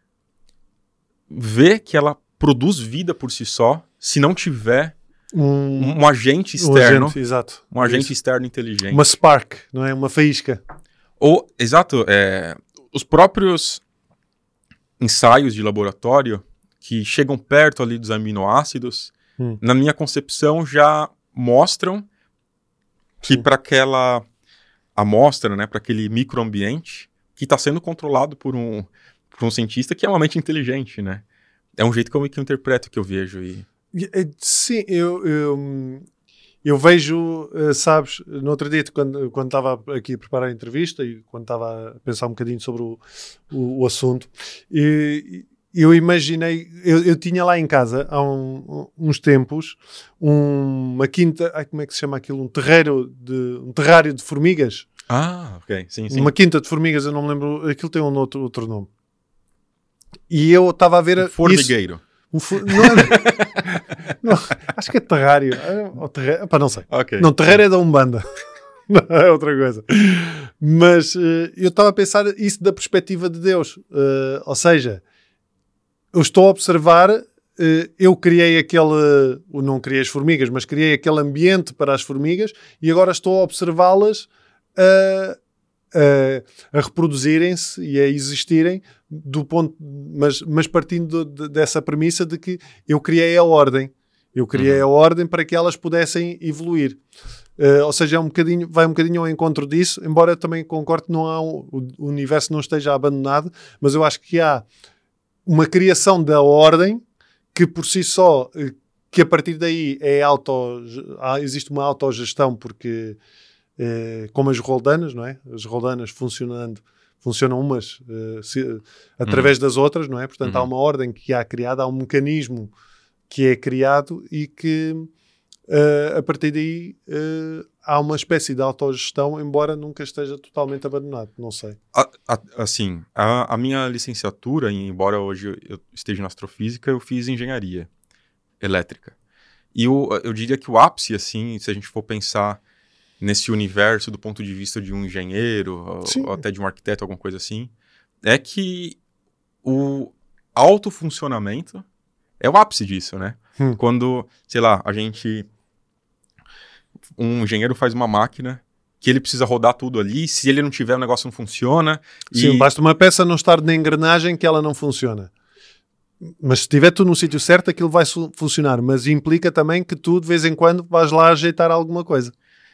ver que ela produz vida por si só, se não tiver um, um agente externo. Um agente,
exato.
Um agente
Isso.
externo inteligente.
Uma spark, não é? Uma faísca.
Ou, exato, é, os próprios ensaios de laboratório que chegam perto ali dos aminoácidos, hum. na minha concepção, já mostram que para aquela amostra, né, para aquele microambiente que está sendo controlado por um, por um cientista que é uma mente inteligente, né? É um jeito que eu, que eu interpreto, que eu vejo. E...
Sim, eu, eu, eu vejo, sabes, no outro dia, quando quando estava aqui a preparar a entrevista e quando estava a pensar um bocadinho sobre o, o, o assunto, e, eu imaginei, eu, eu tinha lá em casa, há um, uns tempos, um, uma quinta, ai, como é que se chama aquilo? Um terreiro, de, um terrário de formigas.
Ah, ok, sim, sim.
Uma quinta de formigas, eu não me lembro, aquilo tem um outro, outro nome. E eu estava a ver...
Um formigueiro.
Um for... não, é... não, acho que é terrário. Ou terre... Epá, não sei.
Okay.
Não, terreiro é da Umbanda. É outra coisa. Mas uh, eu estava a pensar isso da perspectiva de Deus. Uh, ou seja, eu estou a observar, uh, eu criei aquele... Eu não criei as formigas, mas criei aquele ambiente para as formigas e agora estou a observá-las uh, uh, a reproduzirem-se e a existirem do ponto, mas, mas partindo de, dessa premissa de que eu criei a ordem. Eu criei uhum. a ordem para que elas pudessem evoluir. Uh, ou seja, é um bocadinho, vai um bocadinho ao encontro disso, embora eu também concorde que não há um, o universo não esteja abandonado, mas eu acho que há uma criação da ordem que por si só, que a partir daí é auto, existe uma autogestão, porque uh, como as roldanas, não é? As roldanas funcionando, funcionam umas uh, se, através uhum. das outras, não é? Portanto, uhum. há uma ordem que há criada, há um mecanismo que é criado e que Uh, a partir daí uh, há uma espécie de autogestão, embora nunca esteja totalmente abandonado, não sei.
A, a, assim, a, a minha licenciatura, embora hoje eu esteja na astrofísica, eu fiz engenharia elétrica. E eu, eu diria que o ápice, assim, se a gente for pensar nesse universo do ponto de vista de um engenheiro, ou, ou até de um arquiteto, alguma coisa assim, é que o autofuncionamento é o ápice disso, né? Hum. Quando, sei lá, a gente... um engenheiro faz uma máquina que ele precisa rodar tudo ali, se ele não tiver, o negócio não funciona.
Sim, e... basta uma peça não estar na engrenagem que ela não funciona. Mas se estiver tudo no sítio certo, aquilo vai su- funcionar. Mas implica também que tu, de vez em quando, vais lá ajeitar alguma coisa.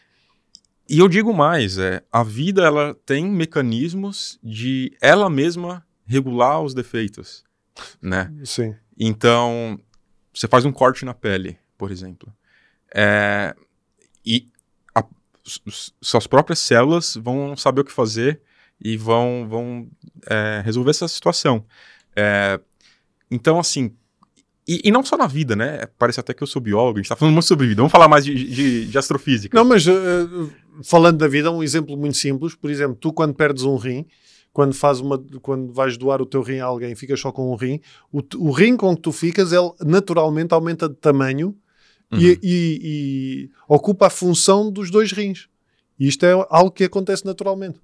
E eu digo mais, é, a vida ela tem mecanismos de ela mesma regular os defeitos, né?
Sim.
Então, você faz um corte na pele, por exemplo. É... E a, suas próprias células vão saber o que fazer e vão, vão é, resolver essa situação. É, então, assim, e, e não só na vida, né? Parece até que eu sou biólogo, a gente tá falando muito sobre vida. Vamos falar mais de, de, de astrofísica.
Não, mas uh, falando da vida, um exemplo muito simples. Por exemplo, tu quando perdes um rim, quando, faz uma, quando vais doar o teu rim a alguém, ficas só com um rim, o, o rim com que tu ficas, ele naturalmente aumenta de tamanho. Uhum. E, e, e ocupa a função dos dois rins. E isto é algo que acontece naturalmente.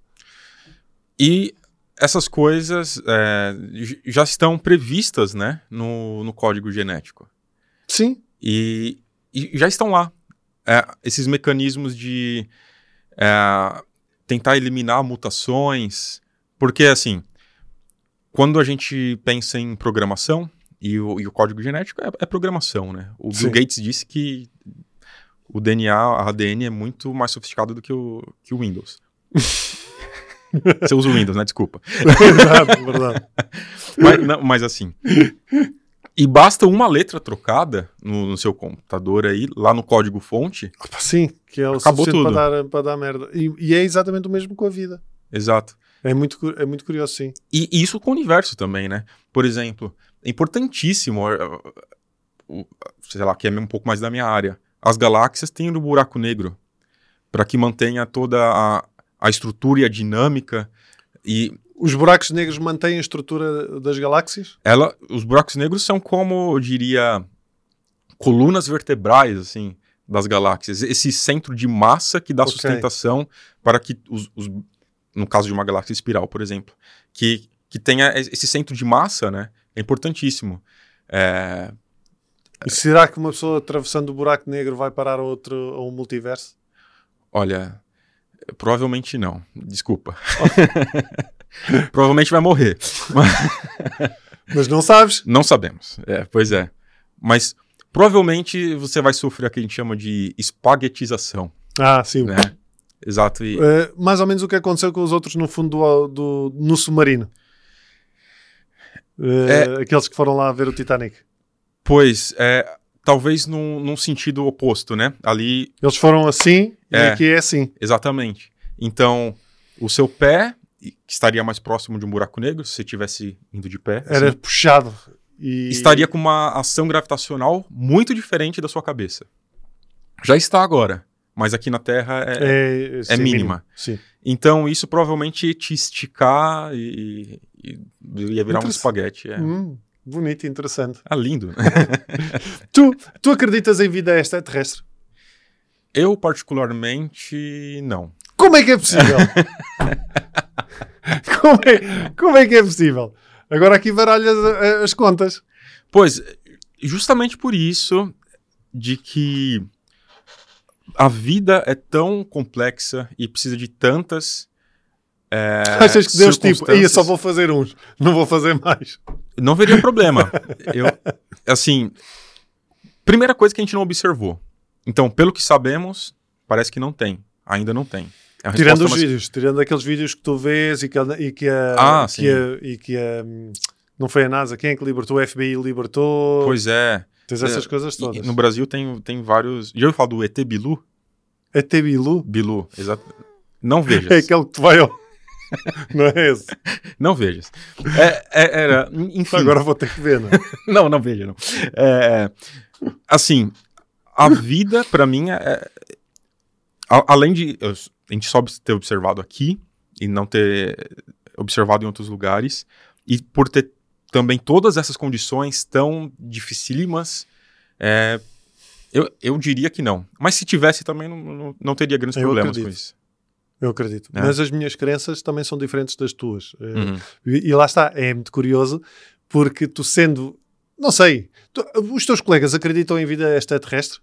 E essas coisas é, já estão previstas, né, no, no código genético.
Sim.
E, e já estão lá. É, esses mecanismos de é, tentar eliminar mutações. Porque, assim, quando a gente pensa em programação... E o, e o código genético é, é programação, né? O Bill Sim. Gates disse que o D N A, a ADN é muito mais sofisticado do que o, que o Windows. Você usa o Windows, né? Desculpa.
Verdade, verdade.
mas, não, mas assim... E basta uma letra trocada no, no seu computador aí, lá no código-fonte...
Sim, que é o
acabou
suficiente
tudo.
Para, dar, para dar merda. E, e é exatamente o mesmo com a vida.
Exato.
É muito, é muito curioso, sim.
E, e isso com o universo também, né? Por exemplo... É importantíssimo, sei lá, que é um pouco mais da minha área. As galáxias têm um buraco negro para que mantenha toda a, a estrutura e a dinâmica. E
os buracos negros mantêm a estrutura das galáxias?
Ela, os buracos negros são como, eu diria, colunas vertebrais assim, das galáxias. Esse centro de massa que dá okay. sustentação para que, os, os, no caso de uma galáxia espiral, por exemplo, que, que tenha esse centro de massa, né? É importantíssimo. É...
E será que uma pessoa atravessando o buraco negro vai parar a, outro, a um multiverso?
Olha, provavelmente não. Desculpa. Provavelmente vai morrer.
Mas não sabes?
Não sabemos. É, pois é. Mas provavelmente você vai sofrer o que a gente chama de espaguetização.
Ah, sim.
Né? Exato. E...
É, mais ou menos o que aconteceu com os outros no fundo do, do, no submarino. Uh, é, aqueles que foram lá ver o Titanic.
Pois, é, talvez num, num sentido oposto, né? Ali...
Eles foram assim
é,
e aqui é assim.
Exatamente. Então, o seu pé, que estaria mais próximo de um buraco negro, se você estivesse indo de pé...
Era
assim,
puxado. E...
estaria com uma ação gravitacional muito diferente da sua cabeça. Já está agora, mas aqui na Terra é,
é, sim,
é mínima.
Sim.
Então, isso provavelmente ia te esticar e... e ia virar um espaguete. É.
Hum, bonito e interessante.
Ah, lindo.
tu, tu acreditas em vida extraterrestre?
Eu, particularmente, não.
Como é que é possível? como, é, como é que é possível? Agora aqui baralhas as, as contas.
Pois, justamente por isso de que a vida é tão complexa e precisa de tantas... É,
achas que Deus tipo, aí eu só vou fazer uns, não vou fazer mais?
Não veria problema. Eu, assim, primeira coisa que a gente não observou. Então, pelo que sabemos, parece que não tem. Ainda não tem. É
tirando os
mais...
vídeos, tirando aqueles vídeos que tu vês e que, e que, a,
ah,
que,
sim.
a, e que a, não foi a NASA, quem é que libertou? O F B I libertou.
Pois é.
Tens essas
é,
coisas todas.
No Brasil tem, tem vários... Já ouviu falar do E T Bilu?
E T Bilu?
Bilu, exato. Não vejas.
É aquele que tu vai ao... Não é esse?
Não vejas. É, é, era, enfim.
Agora vou ter que ver, não é?
Não, não veja, não. É, assim, a vida, pra mim, é... A, além de eu, a gente só ter observado aqui e não ter observado em outros lugares, e por ter também todas essas condições tão dificílimas, é, eu, eu diria que não. Mas se tivesse também, não, não, não teria grandes
eu
problemas
acredito.
com isso.
Eu acredito.
É.
Mas as minhas crenças também são diferentes das tuas.
Uhum.
E, e lá está, é muito curioso, porque tu sendo... Não sei, tu, os teus colegas acreditam em vida extraterrestre?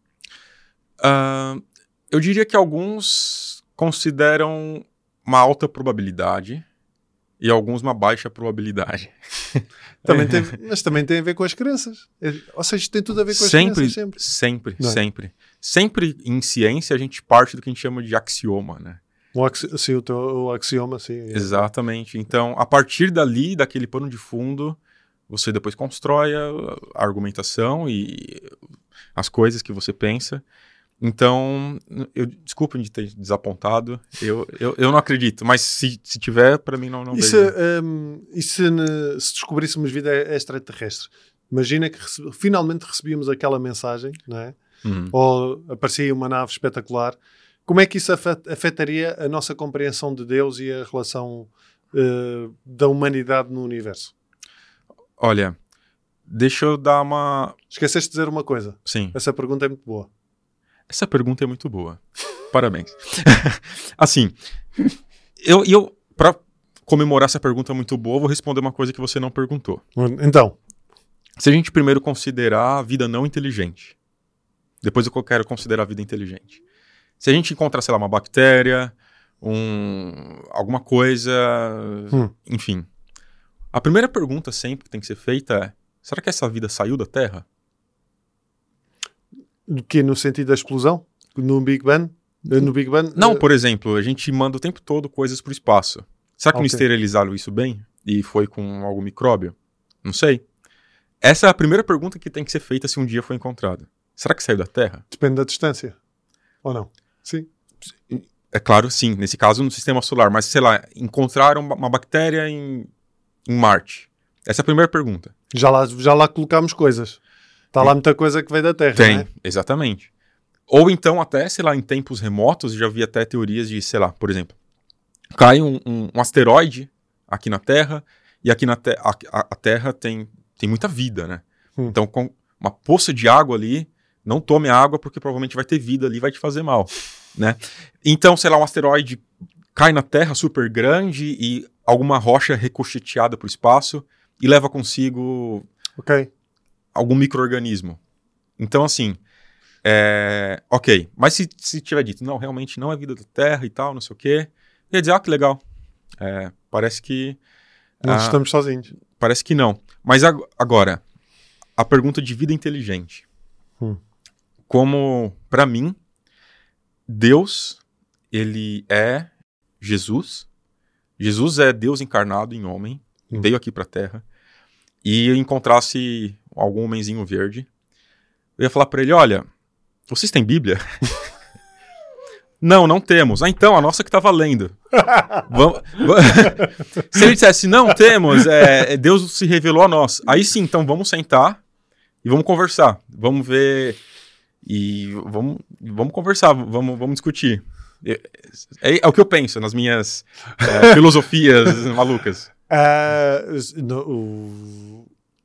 Uh, eu diria que alguns consideram uma alta probabilidade e alguns uma baixa probabilidade.
Também tem, mas também tem a ver com as crenças. Ou seja, tem tudo a ver com as
sempre,
crenças sempre.
Sempre,
Não é?
sempre. Sempre em ciência a gente parte do que a gente chama de axioma, né?
O, axi sim, o, teu, o axioma, sim. É.
Exatamente. Então, a partir dali, daquele pano de fundo, você depois constrói a, a argumentação e as coisas que você pensa. Então, eu, desculpa de ter desapontado, eu, eu, eu não acredito, mas se, se tiver, para mim não, não
e
vejo.
Se, um, e se, ne, se descobríssemos vida extraterrestre? Imagina que rece finalmente recebíamos aquela mensagem, não é?
Uhum.
Ou aparecia uma nave espetacular. Como é que isso afetaria a nossa compreensão de Deus e a relação uh, da humanidade no universo?
Olha, deixa eu dar uma...
Esqueceste de dizer uma coisa.
Sim.
Essa pergunta é muito boa.
Essa pergunta é muito boa. Parabéns. Assim, eu, eu para comemorar essa pergunta muito boa, vou responder uma coisa que você não perguntou.
Então.
Se a gente primeiro considerar a vida não inteligente, depois eu quero considerar a vida inteligente. Se a gente encontrar, sei lá, uma bactéria, um, alguma coisa, hum. enfim. A primeira pergunta sempre que tem que ser feita é, será que essa vida saiu da Terra?
Do que no sentido da explosão? No Big Bang? No Big Bang?
Não, por exemplo, a gente manda o tempo todo coisas para o espaço. Será que okay. não esterilizaram isso bem? E foi com algum micróbio? Não sei. Essa é a primeira pergunta que tem que ser feita se um dia foi encontrado. Será que saiu da Terra?
Depende da distância. Ou não? Sim.
É claro, sim. Nesse caso, no sistema solar. Mas, sei lá, encontraram uma bactéria em, em Marte. Essa é a primeira pergunta.
Já lá, já lá colocámos coisas. Está lá muita coisa que veio da Terra,
Tem,
não é?
Exatamente. Ou então até, sei lá, em tempos remotos, já vi até teorias de, sei lá, por exemplo, cai um, um, um asteroide aqui na Terra, e aqui na te a, a Terra tem, tem muita vida, né? Hum. Então, com uma poça de água ali, não tome água porque provavelmente vai ter vida ali e vai te fazer mal, né? Então, sei lá, um asteroide cai na Terra super grande e alguma rocha ricocheteada para o espaço e leva consigo...
Ok.
algum micro-organismo. Então, assim, é... ok. Mas se, se tiver dito, não, realmente não é vida da Terra e tal, não sei o quê, eu ia dizer, ah, que legal. É, parece que...
Nós
ah,
estamos sozinhos.
Parece que não. Mas ag agora, a pergunta de vida inteligente.
Hum.
Como, para mim, Deus, ele é Jesus. Jesus é Deus encarnado em homem, hum. veio aqui pra Terra, e eu encontrasse algum homenzinho verde, eu ia falar pra ele, olha, vocês têm Bíblia? Não, não temos. Ah, então, a nossa que tá valendo. Vamos, vamos... Se ele dissesse, não temos, é, Deus se revelou a nós. Aí sim, então vamos sentar e vamos conversar. Vamos ver e vamos, vamos conversar, vamos, vamos discutir. É, é, é o que eu penso nas minhas é, filosofias malucas.
Uh, no, o...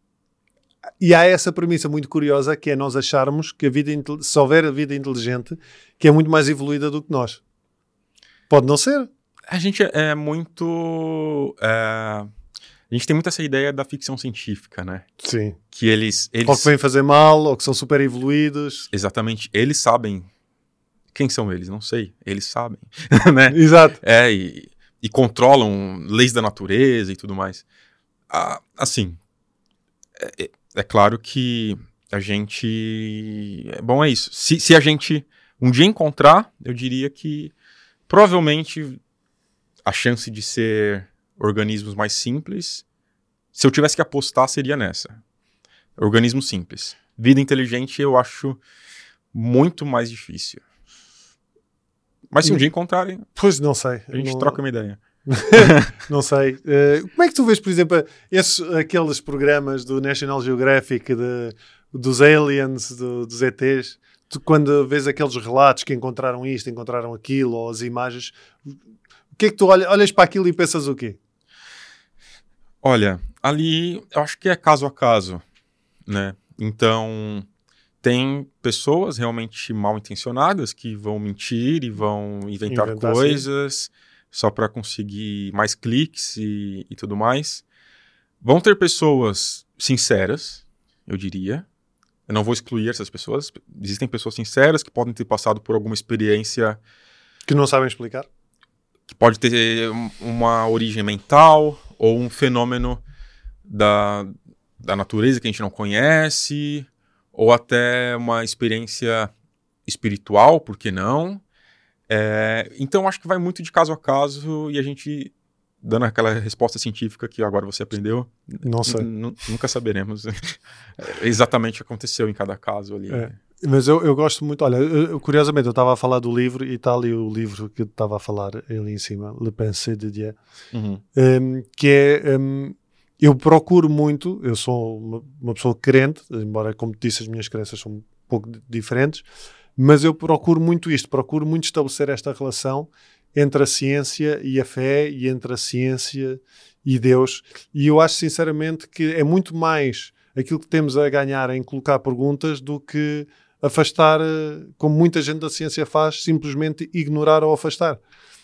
E há essa premissa muito curiosa que é nós acharmos que a vida, se houver a vida inteligente, que é muito mais evoluída do que nós. Pode não ser.
A gente é muito... É... A gente tem muito essa ideia da ficção científica, né?
Sim.
Que eles... eles...
Ou que vêm fazer mal, ou que são super evoluídos.
Exatamente. Eles sabem. Quem são eles? Não sei. Eles sabem. né?
Exato.
É, e, e controlam leis da natureza e tudo mais. Ah, assim... É, é claro que a gente... Bom, é isso. Se, se a gente Um dia encontrar, eu diria que provavelmente a chance de ser organismos mais simples, se eu tivesse que apostar, seria nessa. Organismo simples. Vida inteligente eu acho muito mais difícil. Mas se um dia encontrarem,
pois não sei.
A gente
não...
troca uma ideia.
Não sei. Uh, como é que tu vês, por exemplo, esses, aqueles programas do National Geographic, de, dos aliens, do, dos E Tês, tu, quando vês aqueles relatos que encontraram isto, encontraram aquilo, ou as imagens, o que é que tu olha, olhas para aquilo e pensas o quê?
Olha, ali eu acho que é caso a caso, né? Então, tem pessoas realmente mal intencionadas que vão mentir e vão inventar, inventar coisas... Assim. Só para conseguir mais cliques e, e tudo mais. Vão ter pessoas sinceras, eu diria. Eu não vou excluir essas pessoas. Existem pessoas sinceras que podem ter passado por alguma experiência...
Que não sabem explicar.
Que pode ter uma origem mental ou um fenômeno da, da natureza que a gente não conhece, ou até uma experiência espiritual, por que não? É, então, acho que vai muito de caso a caso e a gente, dando aquela resposta científica que agora você aprendeu,
não sei.
Nunca saberemos exatamente o que aconteceu em cada caso ali.
É, mas eu, eu gosto muito, olha, eu, curiosamente eu estava a falar do livro e está ali o livro que eu estava a falar ali em cima, Le Pensée de Dieu,
uhum.
um, que é, um, eu procuro muito, eu sou uma, uma pessoa crente, embora, como te disse, as minhas crenças são um pouco diferentes, mas eu procuro muito isto, procuro muito estabelecer esta relação entre a ciência e a fé e entre a ciência e Deus. E eu acho sinceramente que é muito mais aquilo que temos a ganhar em colocar perguntas do que afastar, como muita gente da ciência faz, simplesmente ignorar ou afastar.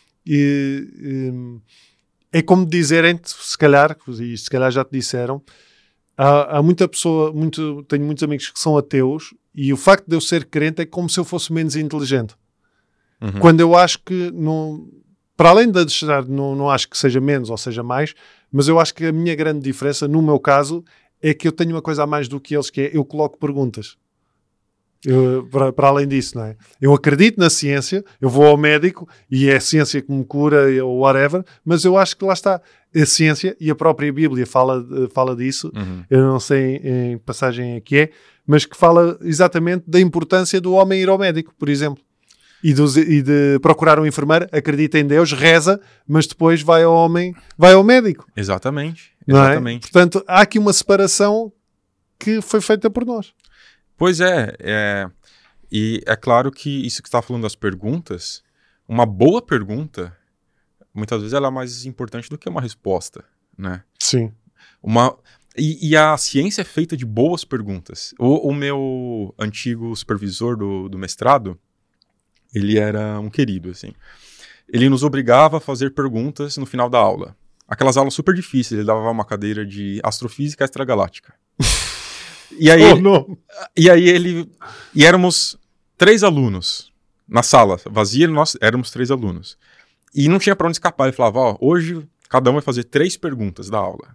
E, é como dizerem, se calhar, e se calhar já te disseram, há, há muita pessoa, muito, tenho muitos amigos que são ateus, e o facto de eu ser crente é como se eu fosse menos inteligente. Uhum. Quando eu acho que, não, para além de deixar, não, não acho que seja menos ou seja mais, mas eu acho que a minha grande diferença, no meu caso, é que eu tenho uma coisa a mais do que eles, que é eu coloco perguntas. Eu, para, para além disso, não é? Eu acredito na ciência, eu vou ao médico e é a ciência que me cura ou whatever, mas eu acho que lá está a ciência, e a própria Bíblia fala, fala disso, uhum. Eu não sei em, em passagem que é, mas que fala exatamente da importância do homem ir ao médico, por exemplo, e, dos, e de procurar um enfermeiro, acredita em Deus, reza, mas depois vai ao homem, vai ao médico.
Exatamente,
não
exatamente.
É? Portanto, há aqui uma separação que foi feita por nós.
Pois é, é, e é claro que isso que você está falando das perguntas, uma boa pergunta, muitas vezes ela é mais importante do que uma resposta, né?
Sim.
Uma, e, e a ciência é feita de boas perguntas. O, o meu antigo supervisor do, do mestrado, ele era um querido, assim. Ele nos obrigava a fazer perguntas no final da aula. Aquelas aulas super difíceis, ele dava uma cadeira de astrofísica extragaláctica. E aí,
oh, não.
e aí ele... E éramos três alunos na sala, vazia, nós éramos três alunos. E não tinha para onde escapar. Ele falava, ó, hoje cada um vai fazer três perguntas da aula.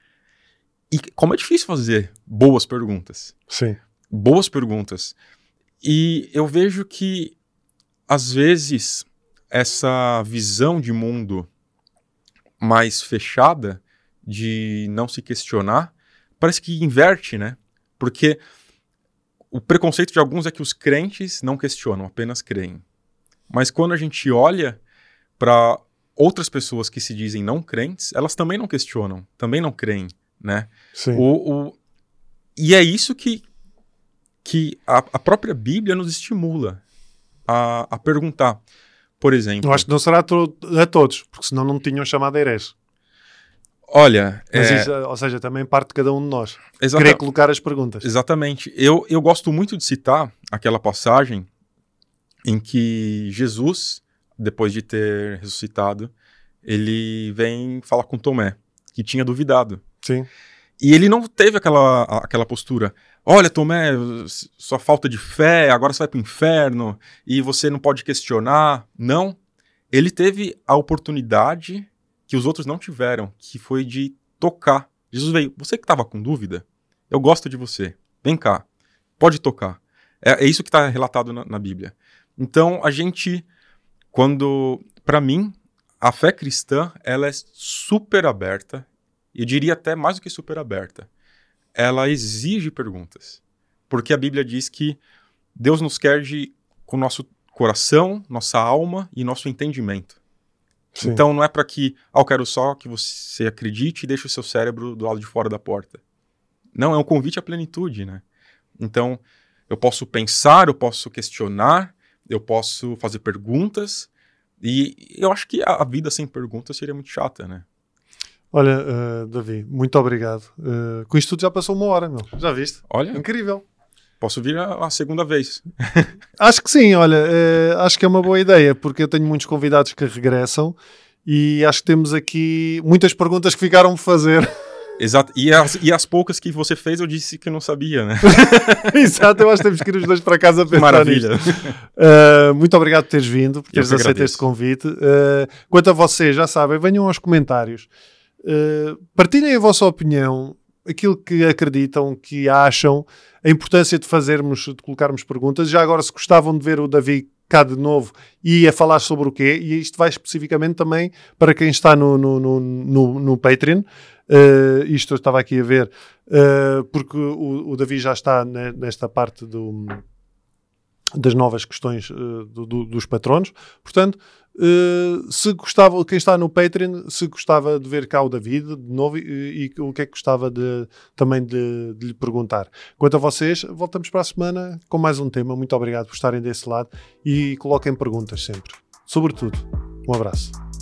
E como é difícil fazer boas perguntas.
Sim.
Boas perguntas. E eu vejo que, às vezes, essa visão de mundo mais fechada, de não se questionar, parece que inverte, né? Porque o preconceito de alguns é que os crentes não questionam, apenas creem. Mas quando a gente olha para outras pessoas que se dizem não crentes, elas também não questionam, também não creem, né?
Sim.
O, o... E é isso que, que a, a própria Bíblia nos estimula a, a perguntar. Por exemplo...
Eu acho que não será to- a todos, porque senão não tinham chamado herege.
Olha...
Mas
é...
isso, ou seja, também parte de cada um de nós.
Exata...
Querer colocar as perguntas.
Exatamente. Eu, eu gosto muito de citar aquela passagem em que Jesus, depois de ter ressuscitado, ele vem falar com Tomé, que tinha duvidado.
Sim.
E ele não teve aquela, aquela postura, olha, Tomé, sua falta de fé, agora você vai para o inferno, e você não pode questionar. Não. Ele teve a oportunidade que os outros não tiveram, que foi de tocar. Jesus veio, você que estava com dúvida, eu gosto de você, vem cá, pode tocar. É, é isso que está relatado na, na Bíblia. Então, a gente, quando, para mim, a fé cristã, ela é super aberta, eu diria até mais do que super aberta. Ela exige perguntas, porque a Bíblia diz que Deus nos quer de, com o nosso coração, nossa alma e nosso entendimento. Sim. Então, não é para que, ah, eu quero só que você acredite e deixe o seu cérebro do lado de fora da porta. Não, é um convite à plenitude, né? Então, eu posso pensar, eu posso questionar, eu posso fazer perguntas, e eu acho que a vida sem perguntas seria muito chata, né?
Olha, uh, Davi, muito obrigado. Uh, com isto tudo já passou uma hora, meu. Já viste?
Olha.
Incrível.
Posso vir a, a segunda vez.
Acho que sim, olha, uh, acho que é uma boa ideia, porque eu tenho muitos convidados que regressam e acho que temos aqui muitas perguntas que ficaram por fazer.
Exato, e as, e as poucas que você fez eu disse que não sabia, né?
Exato, eu acho que temos que ir os dois para casa pensar
Maravilha.
Uh, muito obrigado por teres vindo, por teres aceito
agradeço.
este convite. Uh, quanto a vocês, já sabem, venham aos comentários. Uh, partilhem a vossa opinião, aquilo que acreditam, que acham, a importância de fazermos, de colocarmos perguntas. Já agora, se gostavam de ver o Davi cá de novo e a falar sobre o quê, e isto vai especificamente também para quem está no, no, no, no, no Patreon. Uh, isto eu estava aqui a ver, uh, porque o, o Davi já está ne, nesta parte do, das novas questões uh, do, do, dos patronos. Portanto, uh, se gostava, quem está no Patreon, se gostava de ver cá o David de novo e, e o que é que gostava de, também de, de lhe perguntar. Quanto a vocês, voltamos para a semana com mais um tema. Muito obrigado por estarem desse lado e coloquem perguntas sempre. Sobretudo, um abraço.